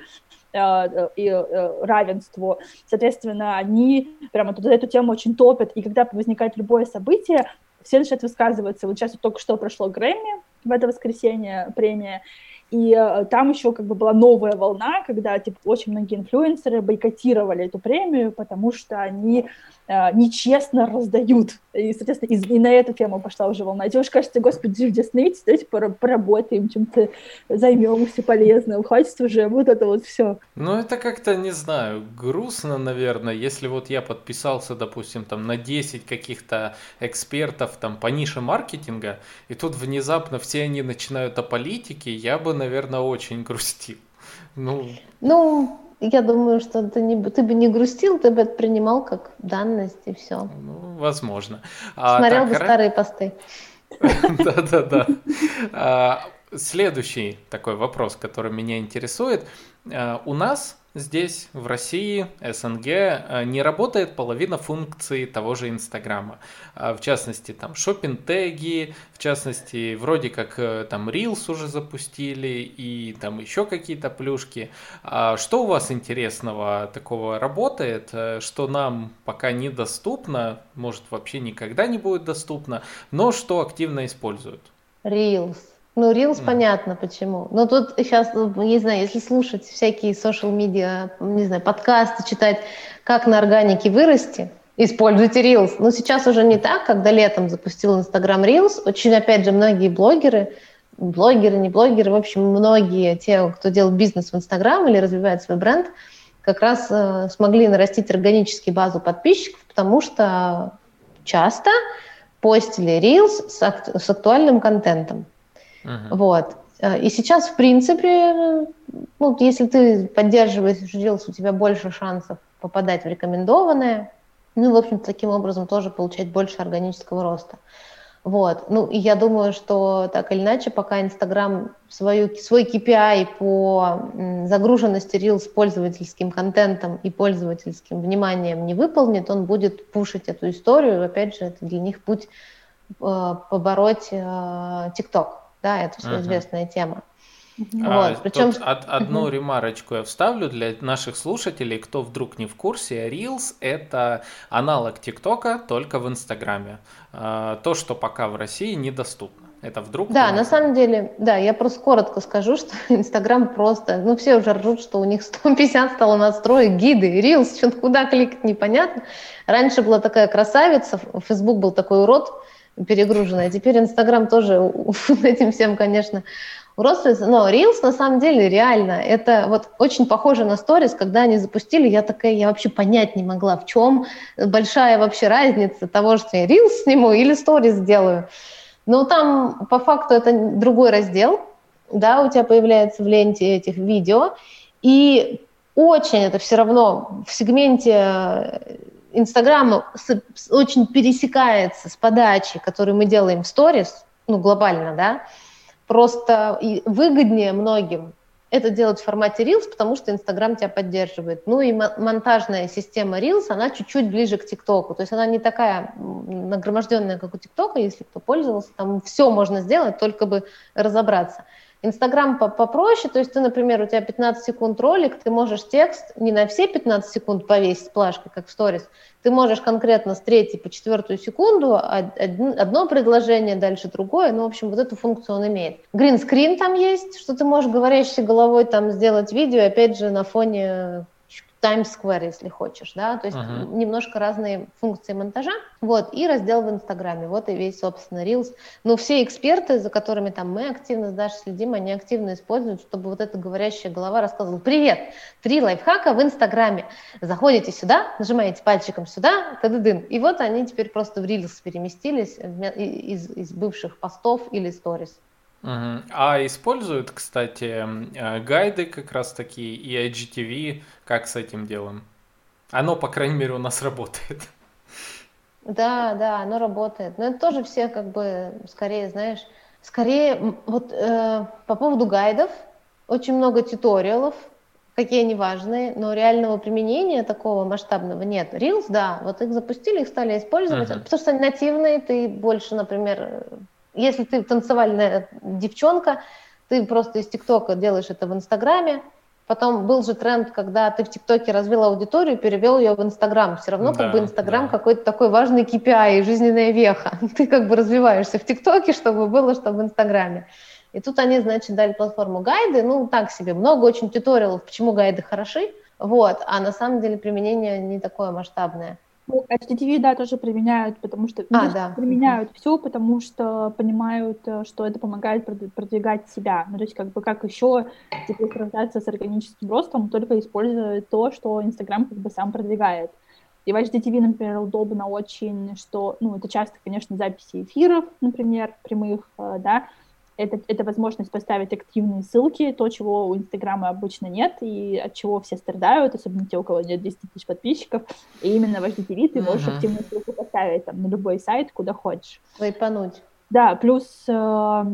и равенству. Соответственно, они прямо тут эту тему очень топят, и когда возникает любое событие, все начинают высказываться. Вот сейчас вот только что прошло Грэмми в это воскресенье, премия, и э, там еще как бы была новая волна, когда типа очень многие инфлюенсеры бойкотировали эту премию, потому что они э, нечестно раздают. И, соответственно, и, и на эту тему пошла уже волна. И тебе уже кажется, господи, остановитесь, давайте поработаем, чем-то займемся полезным, хватит уже вот это вот все. Ну, это как-то, не знаю, грустно, наверное, если вот я подписался, допустим, там на десять каких-то экспертов там по нише маркетинга, и тут внезапно все они начинают о политике, я бы, наверное, очень грустил. Ну, ну я думаю, что ты, не, ты бы не грустил, ты бы это принимал как данность, и все. Ну, возможно. Смотрел а, бы так, старые посты. Да-да-да. Следующий такой вопрос, который меня интересует. У нас здесь, в России, СНГ, не работает половина функций того же Инстаграма. В частности, там шопинг-теги, в частности, вроде как там Reels уже запустили и там еще какие-то плюшки. Что у вас интересного такого работает, что нам пока недоступно, может вообще никогда не будет доступно, но что активно используют? Reels. Ну, Reels mm. понятно почему. Но тут сейчас, не знаю, если слушать всякие social-медиа, не знаю, подкасты, читать, как на органике вырасти, используйте Reels. Но сейчас уже не так, когда летом запустил Instagram Reels. Очень, опять же, многие блогеры, блогеры, не блогеры, в общем, многие те, кто делает бизнес в Instagram или развивает свой бренд, как раз э, смогли нарастить органически базу подписчиков, потому что часто постили Reels с, ак- с актуальным контентом. Uh-huh. Вот. И сейчас, в принципе, ну, если ты поддерживаешь Reels, у тебя больше шансов попадать в рекомендованное, ну, в общем, таким образом тоже получать больше органического роста. Вот. Ну, и я думаю, что так или иначе, пока Instagram свою, свой кей пи ай по загруженности Reels пользовательским контентом и пользовательским вниманием не выполнит, он будет пушить эту историю. Опять же, это для них путь э, побороть э, TikTok. Да, это все uh-huh. известная тема. Uh-huh. Вот. А, Причем... од- одну uh-huh. ремарочку я вставлю для наших слушателей, кто вдруг не в курсе. Reels – это аналог ТикТока, только в Инстаграме. А, то, что пока в России недоступно. Это вдруг... Да, на самом деле, да, я просто коротко скажу, что Инстаграм просто... Ну, все уже ржут, что у них сто пятьдесят стало настроек, гиды, Reels, что-то куда кликать непонятно. Раньше была такая красавица, Фейсбук был такой урод, перегруженная. Теперь Инстаграм тоже этим всем, конечно, уродствуется. Но Reels на самом деле реально, это вот очень похоже на сторис, когда они запустили, я такая, я вообще понять не могла, в чем большая вообще разница того, что я Reels сниму или сторис сделаю. Но там по факту это другой раздел, да, у тебя появляется в ленте этих видео, и очень это все равно в сегменте Инстаграм очень пересекается с подачей, которую мы делаем в сторис, ну, глобально, да, просто и выгоднее многим это делать в формате Reels, потому что Инстаграм тебя поддерживает. Ну и монтажная система Reels, она чуть-чуть ближе к ТикТоку, то есть она не такая нагроможденная, как у ТикТока, если кто пользовался, там все можно сделать, только бы разобраться. Инстаграм попроще, то есть ты, например, у тебя пятнадцать секунд ролик, ты можешь текст не на все пятнадцать секунд повесить плашкой, как в сторис, ты можешь конкретно с третьей по четвертую секунду одно предложение, дальше другое, ну, в общем, вот эту функцию он имеет. Гринскрин там есть, что ты можешь говорящей головой там сделать видео, опять же, на фоне Times Square, если хочешь, да, то есть uh-huh. немножко разные функции монтажа, вот, и раздел в Инстаграме, вот и весь, собственно, Reels. Но все эксперты, за которыми там мы активно с Дашей следим, они активно используют, чтобы вот эта говорящая голова рассказывала: привет, три лайфхака в Инстаграме, заходите сюда, нажимаете пальчиком сюда, та-да-дын, и вот они теперь просто в Reels переместились из, из бывших постов или сторис. Uh-huh. А используют, кстати, гайды как раз такие и ай джи ти ви, как с этим делом? Оно, по крайней мере, у нас работает. Да, да, оно работает. Но это тоже все как бы, скорее, знаешь, скорее вот э, по поводу гайдов, очень много туториалов, какие они важные, но реального применения такого масштабного нет. Reels, да, вот их запустили, их стали использовать, uh-huh. потому что они нативные, ты больше, например... Если ты танцевальная девчонка, ты просто из ТикТока делаешь это в Инстаграме, Потом был же тренд, когда ты в ТикТоке развил аудиторию, перевел ее в Инстаграм. Все равно как Да, бы Инстаграм да. какой-то такой важный кей пи ай, жизненная веха. Ты как бы развиваешься в ТикТоке, чтобы было, что в Инстаграме. И тут они, значит, дали платформу гайды, ну так себе, много очень туториалов, почему гайды хороши, вот, а на самом деле применение не такое масштабное. Ну, эйч ди ти ви, да, тоже применяют, потому что ну, А, да. применяют все, потому что понимают, что это помогает продвигать себя. Ну, то есть, как бы, как еще теперь сражаться с органическим ростом, только используя то, что Инстаграм как бы сам продвигает. И в эйч ди ти ви, например, удобно очень, что, ну, это часто, конечно, записи эфиров, например, прямых, да, Это, это возможность поставить активные ссылки, то, чего у Инстаграма обычно нет, и от чего все страдают, особенно те, у кого нет десять тысяч подписчиков. И именно в эйч ди ти ви ты можешь uh-huh. активную ссылку поставить там, на любой сайт, куда хочешь. Вайпануть. Да, плюс э,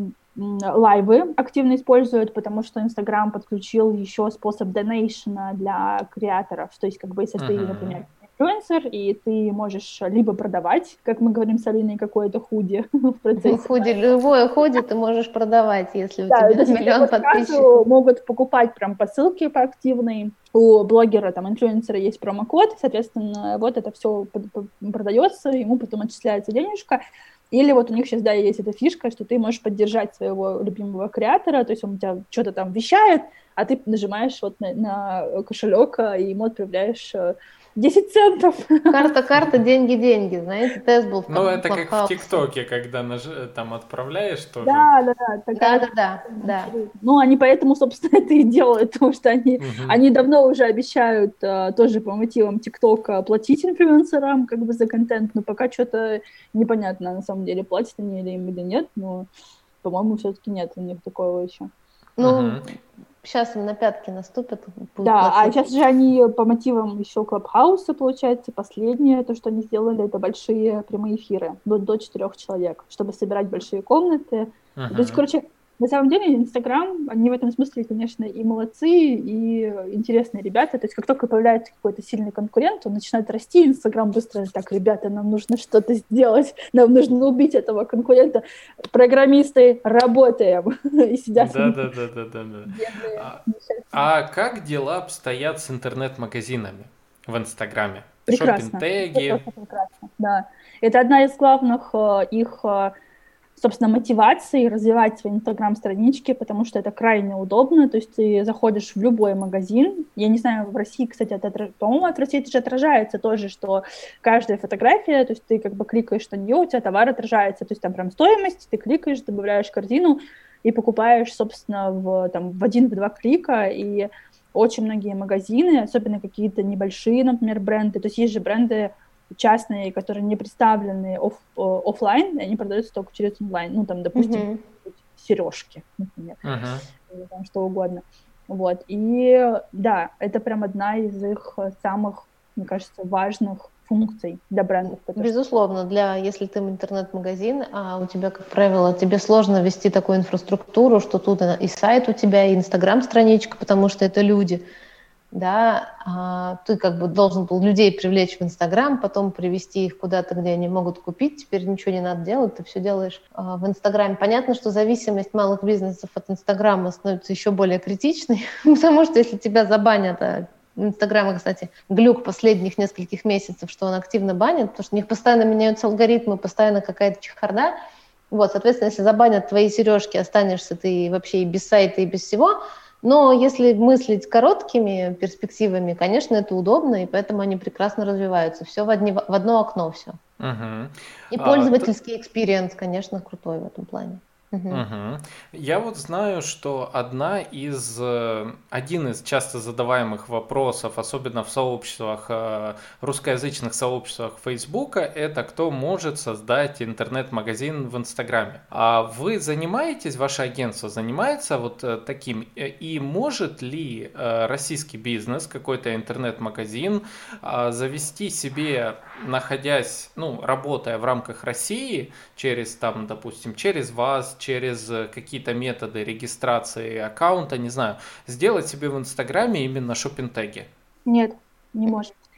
лайвы активно используют, потому что Инстаграм подключил еще способ донейшена для креаторов. То есть, как бы, если uh-huh. ты, например, инфлюенсер, и ты можешь либо продавать, как мы говорим с Алиной, какое-то худи в процессе. Худи, любое худи ты можешь продавать, если у да, тебя миллион подписчиков. Могут покупать прям по ссылке по активной. У блогера, там, инфлюенсера есть промокод, соответственно, вот это все продается, ему потом отчисляется денежка. Или вот у них сейчас, да, есть эта фишка, что ты можешь поддержать своего любимого креатора, то есть он у тебя что-то там вещает, а ты нажимаешь вот на, на кошелек, и ему отправляешь десять центов. Карта-карта, деньги-деньги, знаете, тест был. Ну, это как в ТикТоке, когда наж... там отправляешь тоже. Да, да, да. Такая... Да, да, да, да. Ну, они поэтому, собственно, это и делают, потому что они, угу. они давно уже обещают а, тоже по мотивам ТикТока платить инфлюенсерам как бы за контент, но пока что-то непонятно, на самом деле, платят они или им или нет, но, по-моему, все-таки нет у них такого еще. Ну, угу. Сейчас им на пятки наступят. Да, а сейчас же они по мотивам еще Клабхауса, получается, последнее, то, что они сделали, это большие прямые эфиры, до, до четырех человек, чтобы собирать большие комнаты. Uh-huh. То есть, короче, на самом деле, Инстаграм, они в этом смысле, конечно, и молодцы, и интересные ребята. То есть, как только появляется какой-то сильный конкурент, он начинает расти, Инстаграм быстро, так, ребята, нам нужно что-то сделать, нам нужно убить этого конкурента. Программисты, работаем. И сидят. Да-да-да. А, а как дела обстоят с интернет-магазинами в Инстаграме? Прекрасно. Шоппинг-теги? Это прекрасно, да. Это одна из главных их... собственно, мотивации развивать свои инстаграм-странички, потому что это крайне удобно, то есть ты заходишь в любой магазин, я не знаю, в России, кстати, это, по-моему, от России это же отражается тоже, что каждая фотография, то есть ты как бы кликаешь на нее, у тебя товар отражается, то есть там прям стоимость, ты кликаешь, добавляешь в корзину и покупаешь, собственно, в, там, в один-два клика, и очень многие магазины, особенно какие-то небольшие, например, бренды, то есть есть же бренды, частные, которые не представлены оф, офлайн, они продаются только через онлайн. Ну, там, допустим, uh-huh. сережки, например, uh-huh. или там что угодно. Вот. И да, это прям одна из их самых, мне кажется, важных функций для брендов. Безусловно, для, если ты интернет-магазин, а у тебя, как правило, тебе сложно вести такую инфраструктуру, что тут и сайт у тебя, и инстаграм-страничка, потому что это люди. Да, а, ты как бы должен был людей привлечь в Инстаграм, потом привести их куда-то, где они могут купить, теперь ничего не надо делать, ты все делаешь а, в Инстаграме. Понятно, что зависимость малых бизнесов от Инстаграма становится еще более критичной, потому что если тебя забанят, а Инстаграма, кстати, глюк последних нескольких месяцев, что он активно банит, потому что у них постоянно меняются алгоритмы, постоянно какая-то чехарда, вот, соответственно, если забанят твои сережки, останешься ты вообще и без сайта, и без всего. Но если мыслить короткими перспективами, конечно, это удобно, и поэтому они прекрасно развиваются. Все в, одни, в одно окно все. Угу. И пользовательский экспириенс, конечно, крутой в этом плане. Угу. Угу. Я вот знаю, что одна из, один из часто задаваемых вопросов, особенно в сообществах, русскоязычных сообществах Фейсбука, это кто может создать интернет-магазин в Инстаграме. А вы занимаетесь, ваше агентство занимается вот таким? И может ли российский бизнес, какой-то интернет-магазин, завести себе, находясь, ну, работая в рамках России, через, там, допустим, через вас, через какие-то методы регистрации аккаунта, не знаю, сделать себе в Инстаграме именно шоппинг-теги? Нет, не может.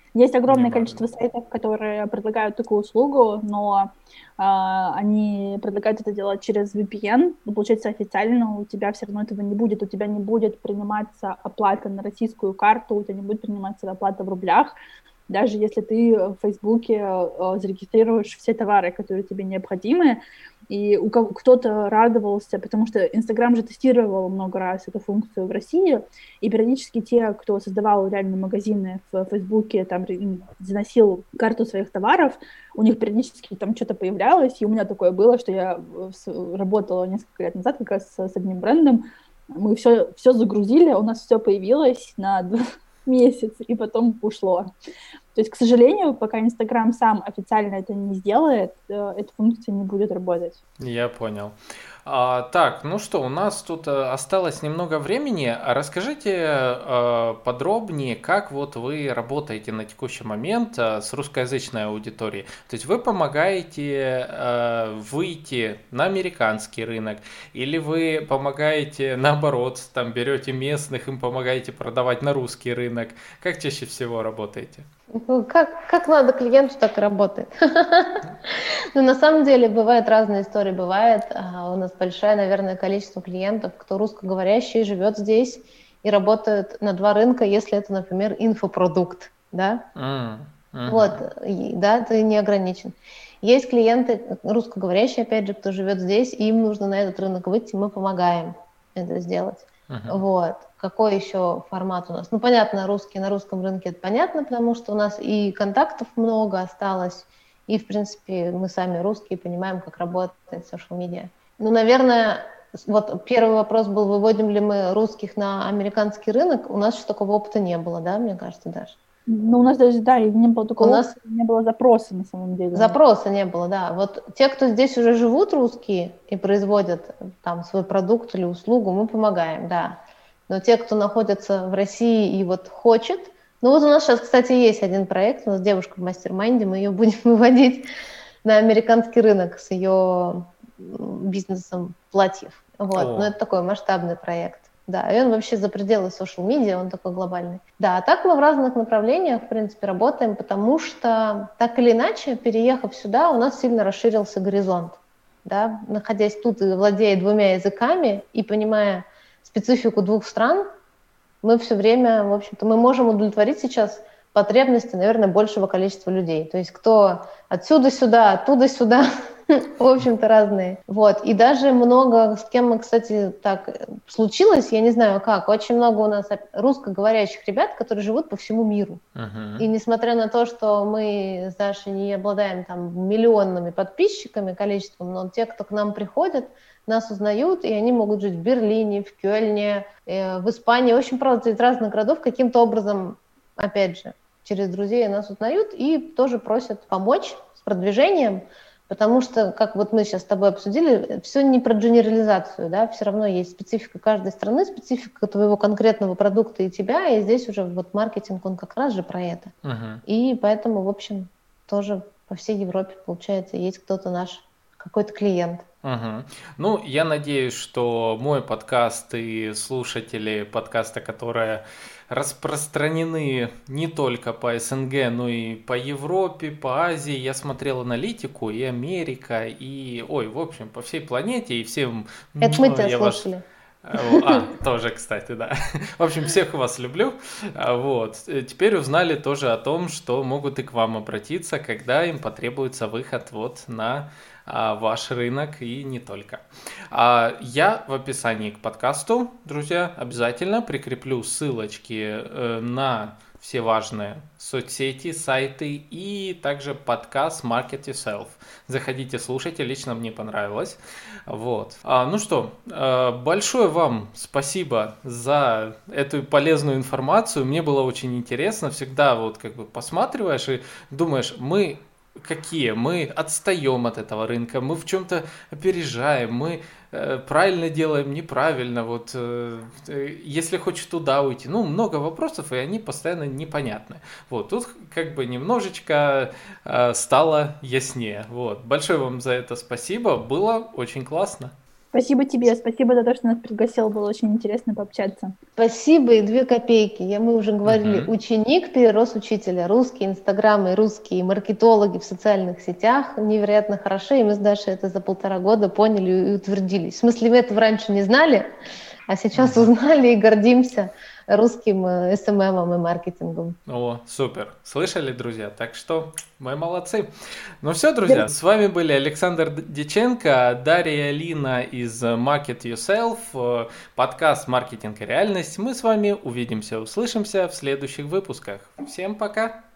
Есть огромное Неважно. количество сайтов, которые предлагают такую услугу, но э, они предлагают это делать через ви пи эн, но получается официально у тебя все равно этого не будет, у тебя не будет приниматься оплата на российскую карту, у тебя не будет приниматься оплата в рублях, даже если ты в Фейсбуке э, зарегистрируешь все товары, которые тебе необходимы, и у кого- кто-то радовался, потому что Инстаграм же тестировал много раз эту функцию в России, и периодически те, кто создавал реальные магазины в Фейсбуке, там ре- заносил карту своих товаров, у них периодически там что-то появлялось, и у меня такое было, что я э, с- работала несколько лет назад как раз с, с одним брендом, мы все, все загрузили, у нас все появилось на два месяца, и потом ушло. То есть, к сожалению, пока Инстаграм сам официально это не сделает, э, эта функция не будет работать. Я понял. А, так, ну что, у нас тут э, осталось немного времени. А Расскажите э, подробнее, как вот вы работаете на текущий момент э, с русскоязычной аудиторией. То есть вы помогаете э, выйти на американский рынок, или вы помогаете наоборот, там берете местных, им помогаете продавать на русский рынок. Как чаще всего работаете? Ну, Как, как надо клиенту, так и работает. Но на самом деле бывают разные истории. Бывает, а, у нас большое, наверное, количество клиентов, кто русскоговорящий, живет здесь и работает на два рынка, если это, например, инфопродукт, да? М, мгм. Вот, и, да, ты не ограничен. Есть клиенты русскоговорящие, опять же, кто живет здесь, и им нужно на этот рынок выйти, мы помогаем это сделать. Мгм. Вот. Какой еще формат у нас? Ну, понятно, русский на русском рынке, это понятно, потому что у нас и контактов много осталось, и, в принципе, мы сами русские, понимаем, как работает social media. Ну, наверное, с- вот первый вопрос был, выводим ли мы русских на американский рынок. У нас еще такого опыта не было, да, мне кажется, Даша? Ну, у нас даже, да, и не было У такого нас опыта, не было запроса на самом деле. запроса не было, да. Вот те, кто здесь уже живут, русские, и производят э, там свой продукт или услугу, мы помогаем, да. Но те, кто находится в России и вот хочет, ну вот у нас сейчас, кстати, есть один проект, у нас девушка в мастер-майнде, мы ее будем выводить на американский рынок с ее м, бизнесом платьев. Вот, но О, это такой масштабный проект. Да, и он вообще за пределы social media, он такой глобальный. Да, а так мы в разных направлениях, в принципе, работаем, потому что так или иначе, переехав сюда, у нас сильно расширился горизонт. Да? Находясь тут и владея двумя языками и понимая специфику двух стран, мы все время, в общем-то, мы можем удовлетворить сейчас потребности, наверное, большего количества людей. То есть кто отсюда сюда, оттуда сюда, в общем-то, разные. Вот. И даже много, с кем мы, кстати, так э, случилось, я не знаю как, очень много у нас оп- русскоговорящих ребят, которые живут по всему миру. И мгм. несмотря на то, что мы с Дашей не обладаем там миллионными подписчиками, количеством, но те, кто к нам приходят, нас узнают, и они могут жить в Берлине, в Кёльне, э, в Испании, очень правда, из разных городов каким-то образом, опять же, через друзей нас узнают и тоже просят помочь с продвижением, потому что, как вот мы сейчас с тобой обсудили, все не про генерализацию, да, все равно есть специфика каждой страны, специфика твоего конкретного продукта и тебя, и здесь уже вот маркетинг, он как раз же про это. Мгм. И поэтому, в общем, тоже по всей Европе, получается, есть кто-то наш, какой-то клиент. Мгм. Ну, я надеюсь, что мой подкаст и слушатели подкаста, которые распространены не только по эс эн гэ, но и по Европе, по Азии. Я смотрел аналитику, и Америка, и, ой, в общем, по всей планете, и всем, Это мы м, тебя я вас... слушали. А, тоже, кстати, да. В общем, всех вас люблю. А, Вот. Э, Теперь узнали тоже о том, что могут и к вам обратиться, когда им потребуется выход вот на а, ваш рынок и не только. А, Я в описании к подкасту, друзья, обязательно прикреплю ссылочки э, на все важные соцсети, сайты и также подкаст Market Yourself. Заходите, слушайте, лично мне понравилось. Вот. А, ну что, э, большое вам спасибо за эту полезную информацию. Мне было очень интересно. Всегда вот как бы посматриваешь и думаешь, мы какие? Мы отстаем от этого рынка, мы в чем-то опережаем, мы э, правильно делаем, неправильно. Вот, э, э, если хочешь туда уйти, ну, много вопросов, и они постоянно непонятны. Вот, тут как бы немножечко э, стало яснее. Вот, большое вам за это спасибо, было очень классно. Спасибо тебе, спасибо за то, что нас пригласил, было очень интересно пообщаться. Спасибо и две копейки. Я, мы уже говорили, Мгм. ученик перерос учителя. Русские инстаграмы, русские маркетологи в социальных сетях невероятно хороши, и мы с Дашей это за полтора года поняли и утвердились. В смысле, мы этого раньше не знали, а сейчас Мгм. узнали и гордимся русским э, эс эм эм и маркетингом. О, супер. Слышали, друзья? Так что мы молодцы. Ну все, друзья, с вами были Александр Д- Дьяченко, Дарья Лина из Market Yourself, э, подкаст «Маркетинг и реальность». Мы с вами увидимся, услышимся в следующих выпусках. Всем пока!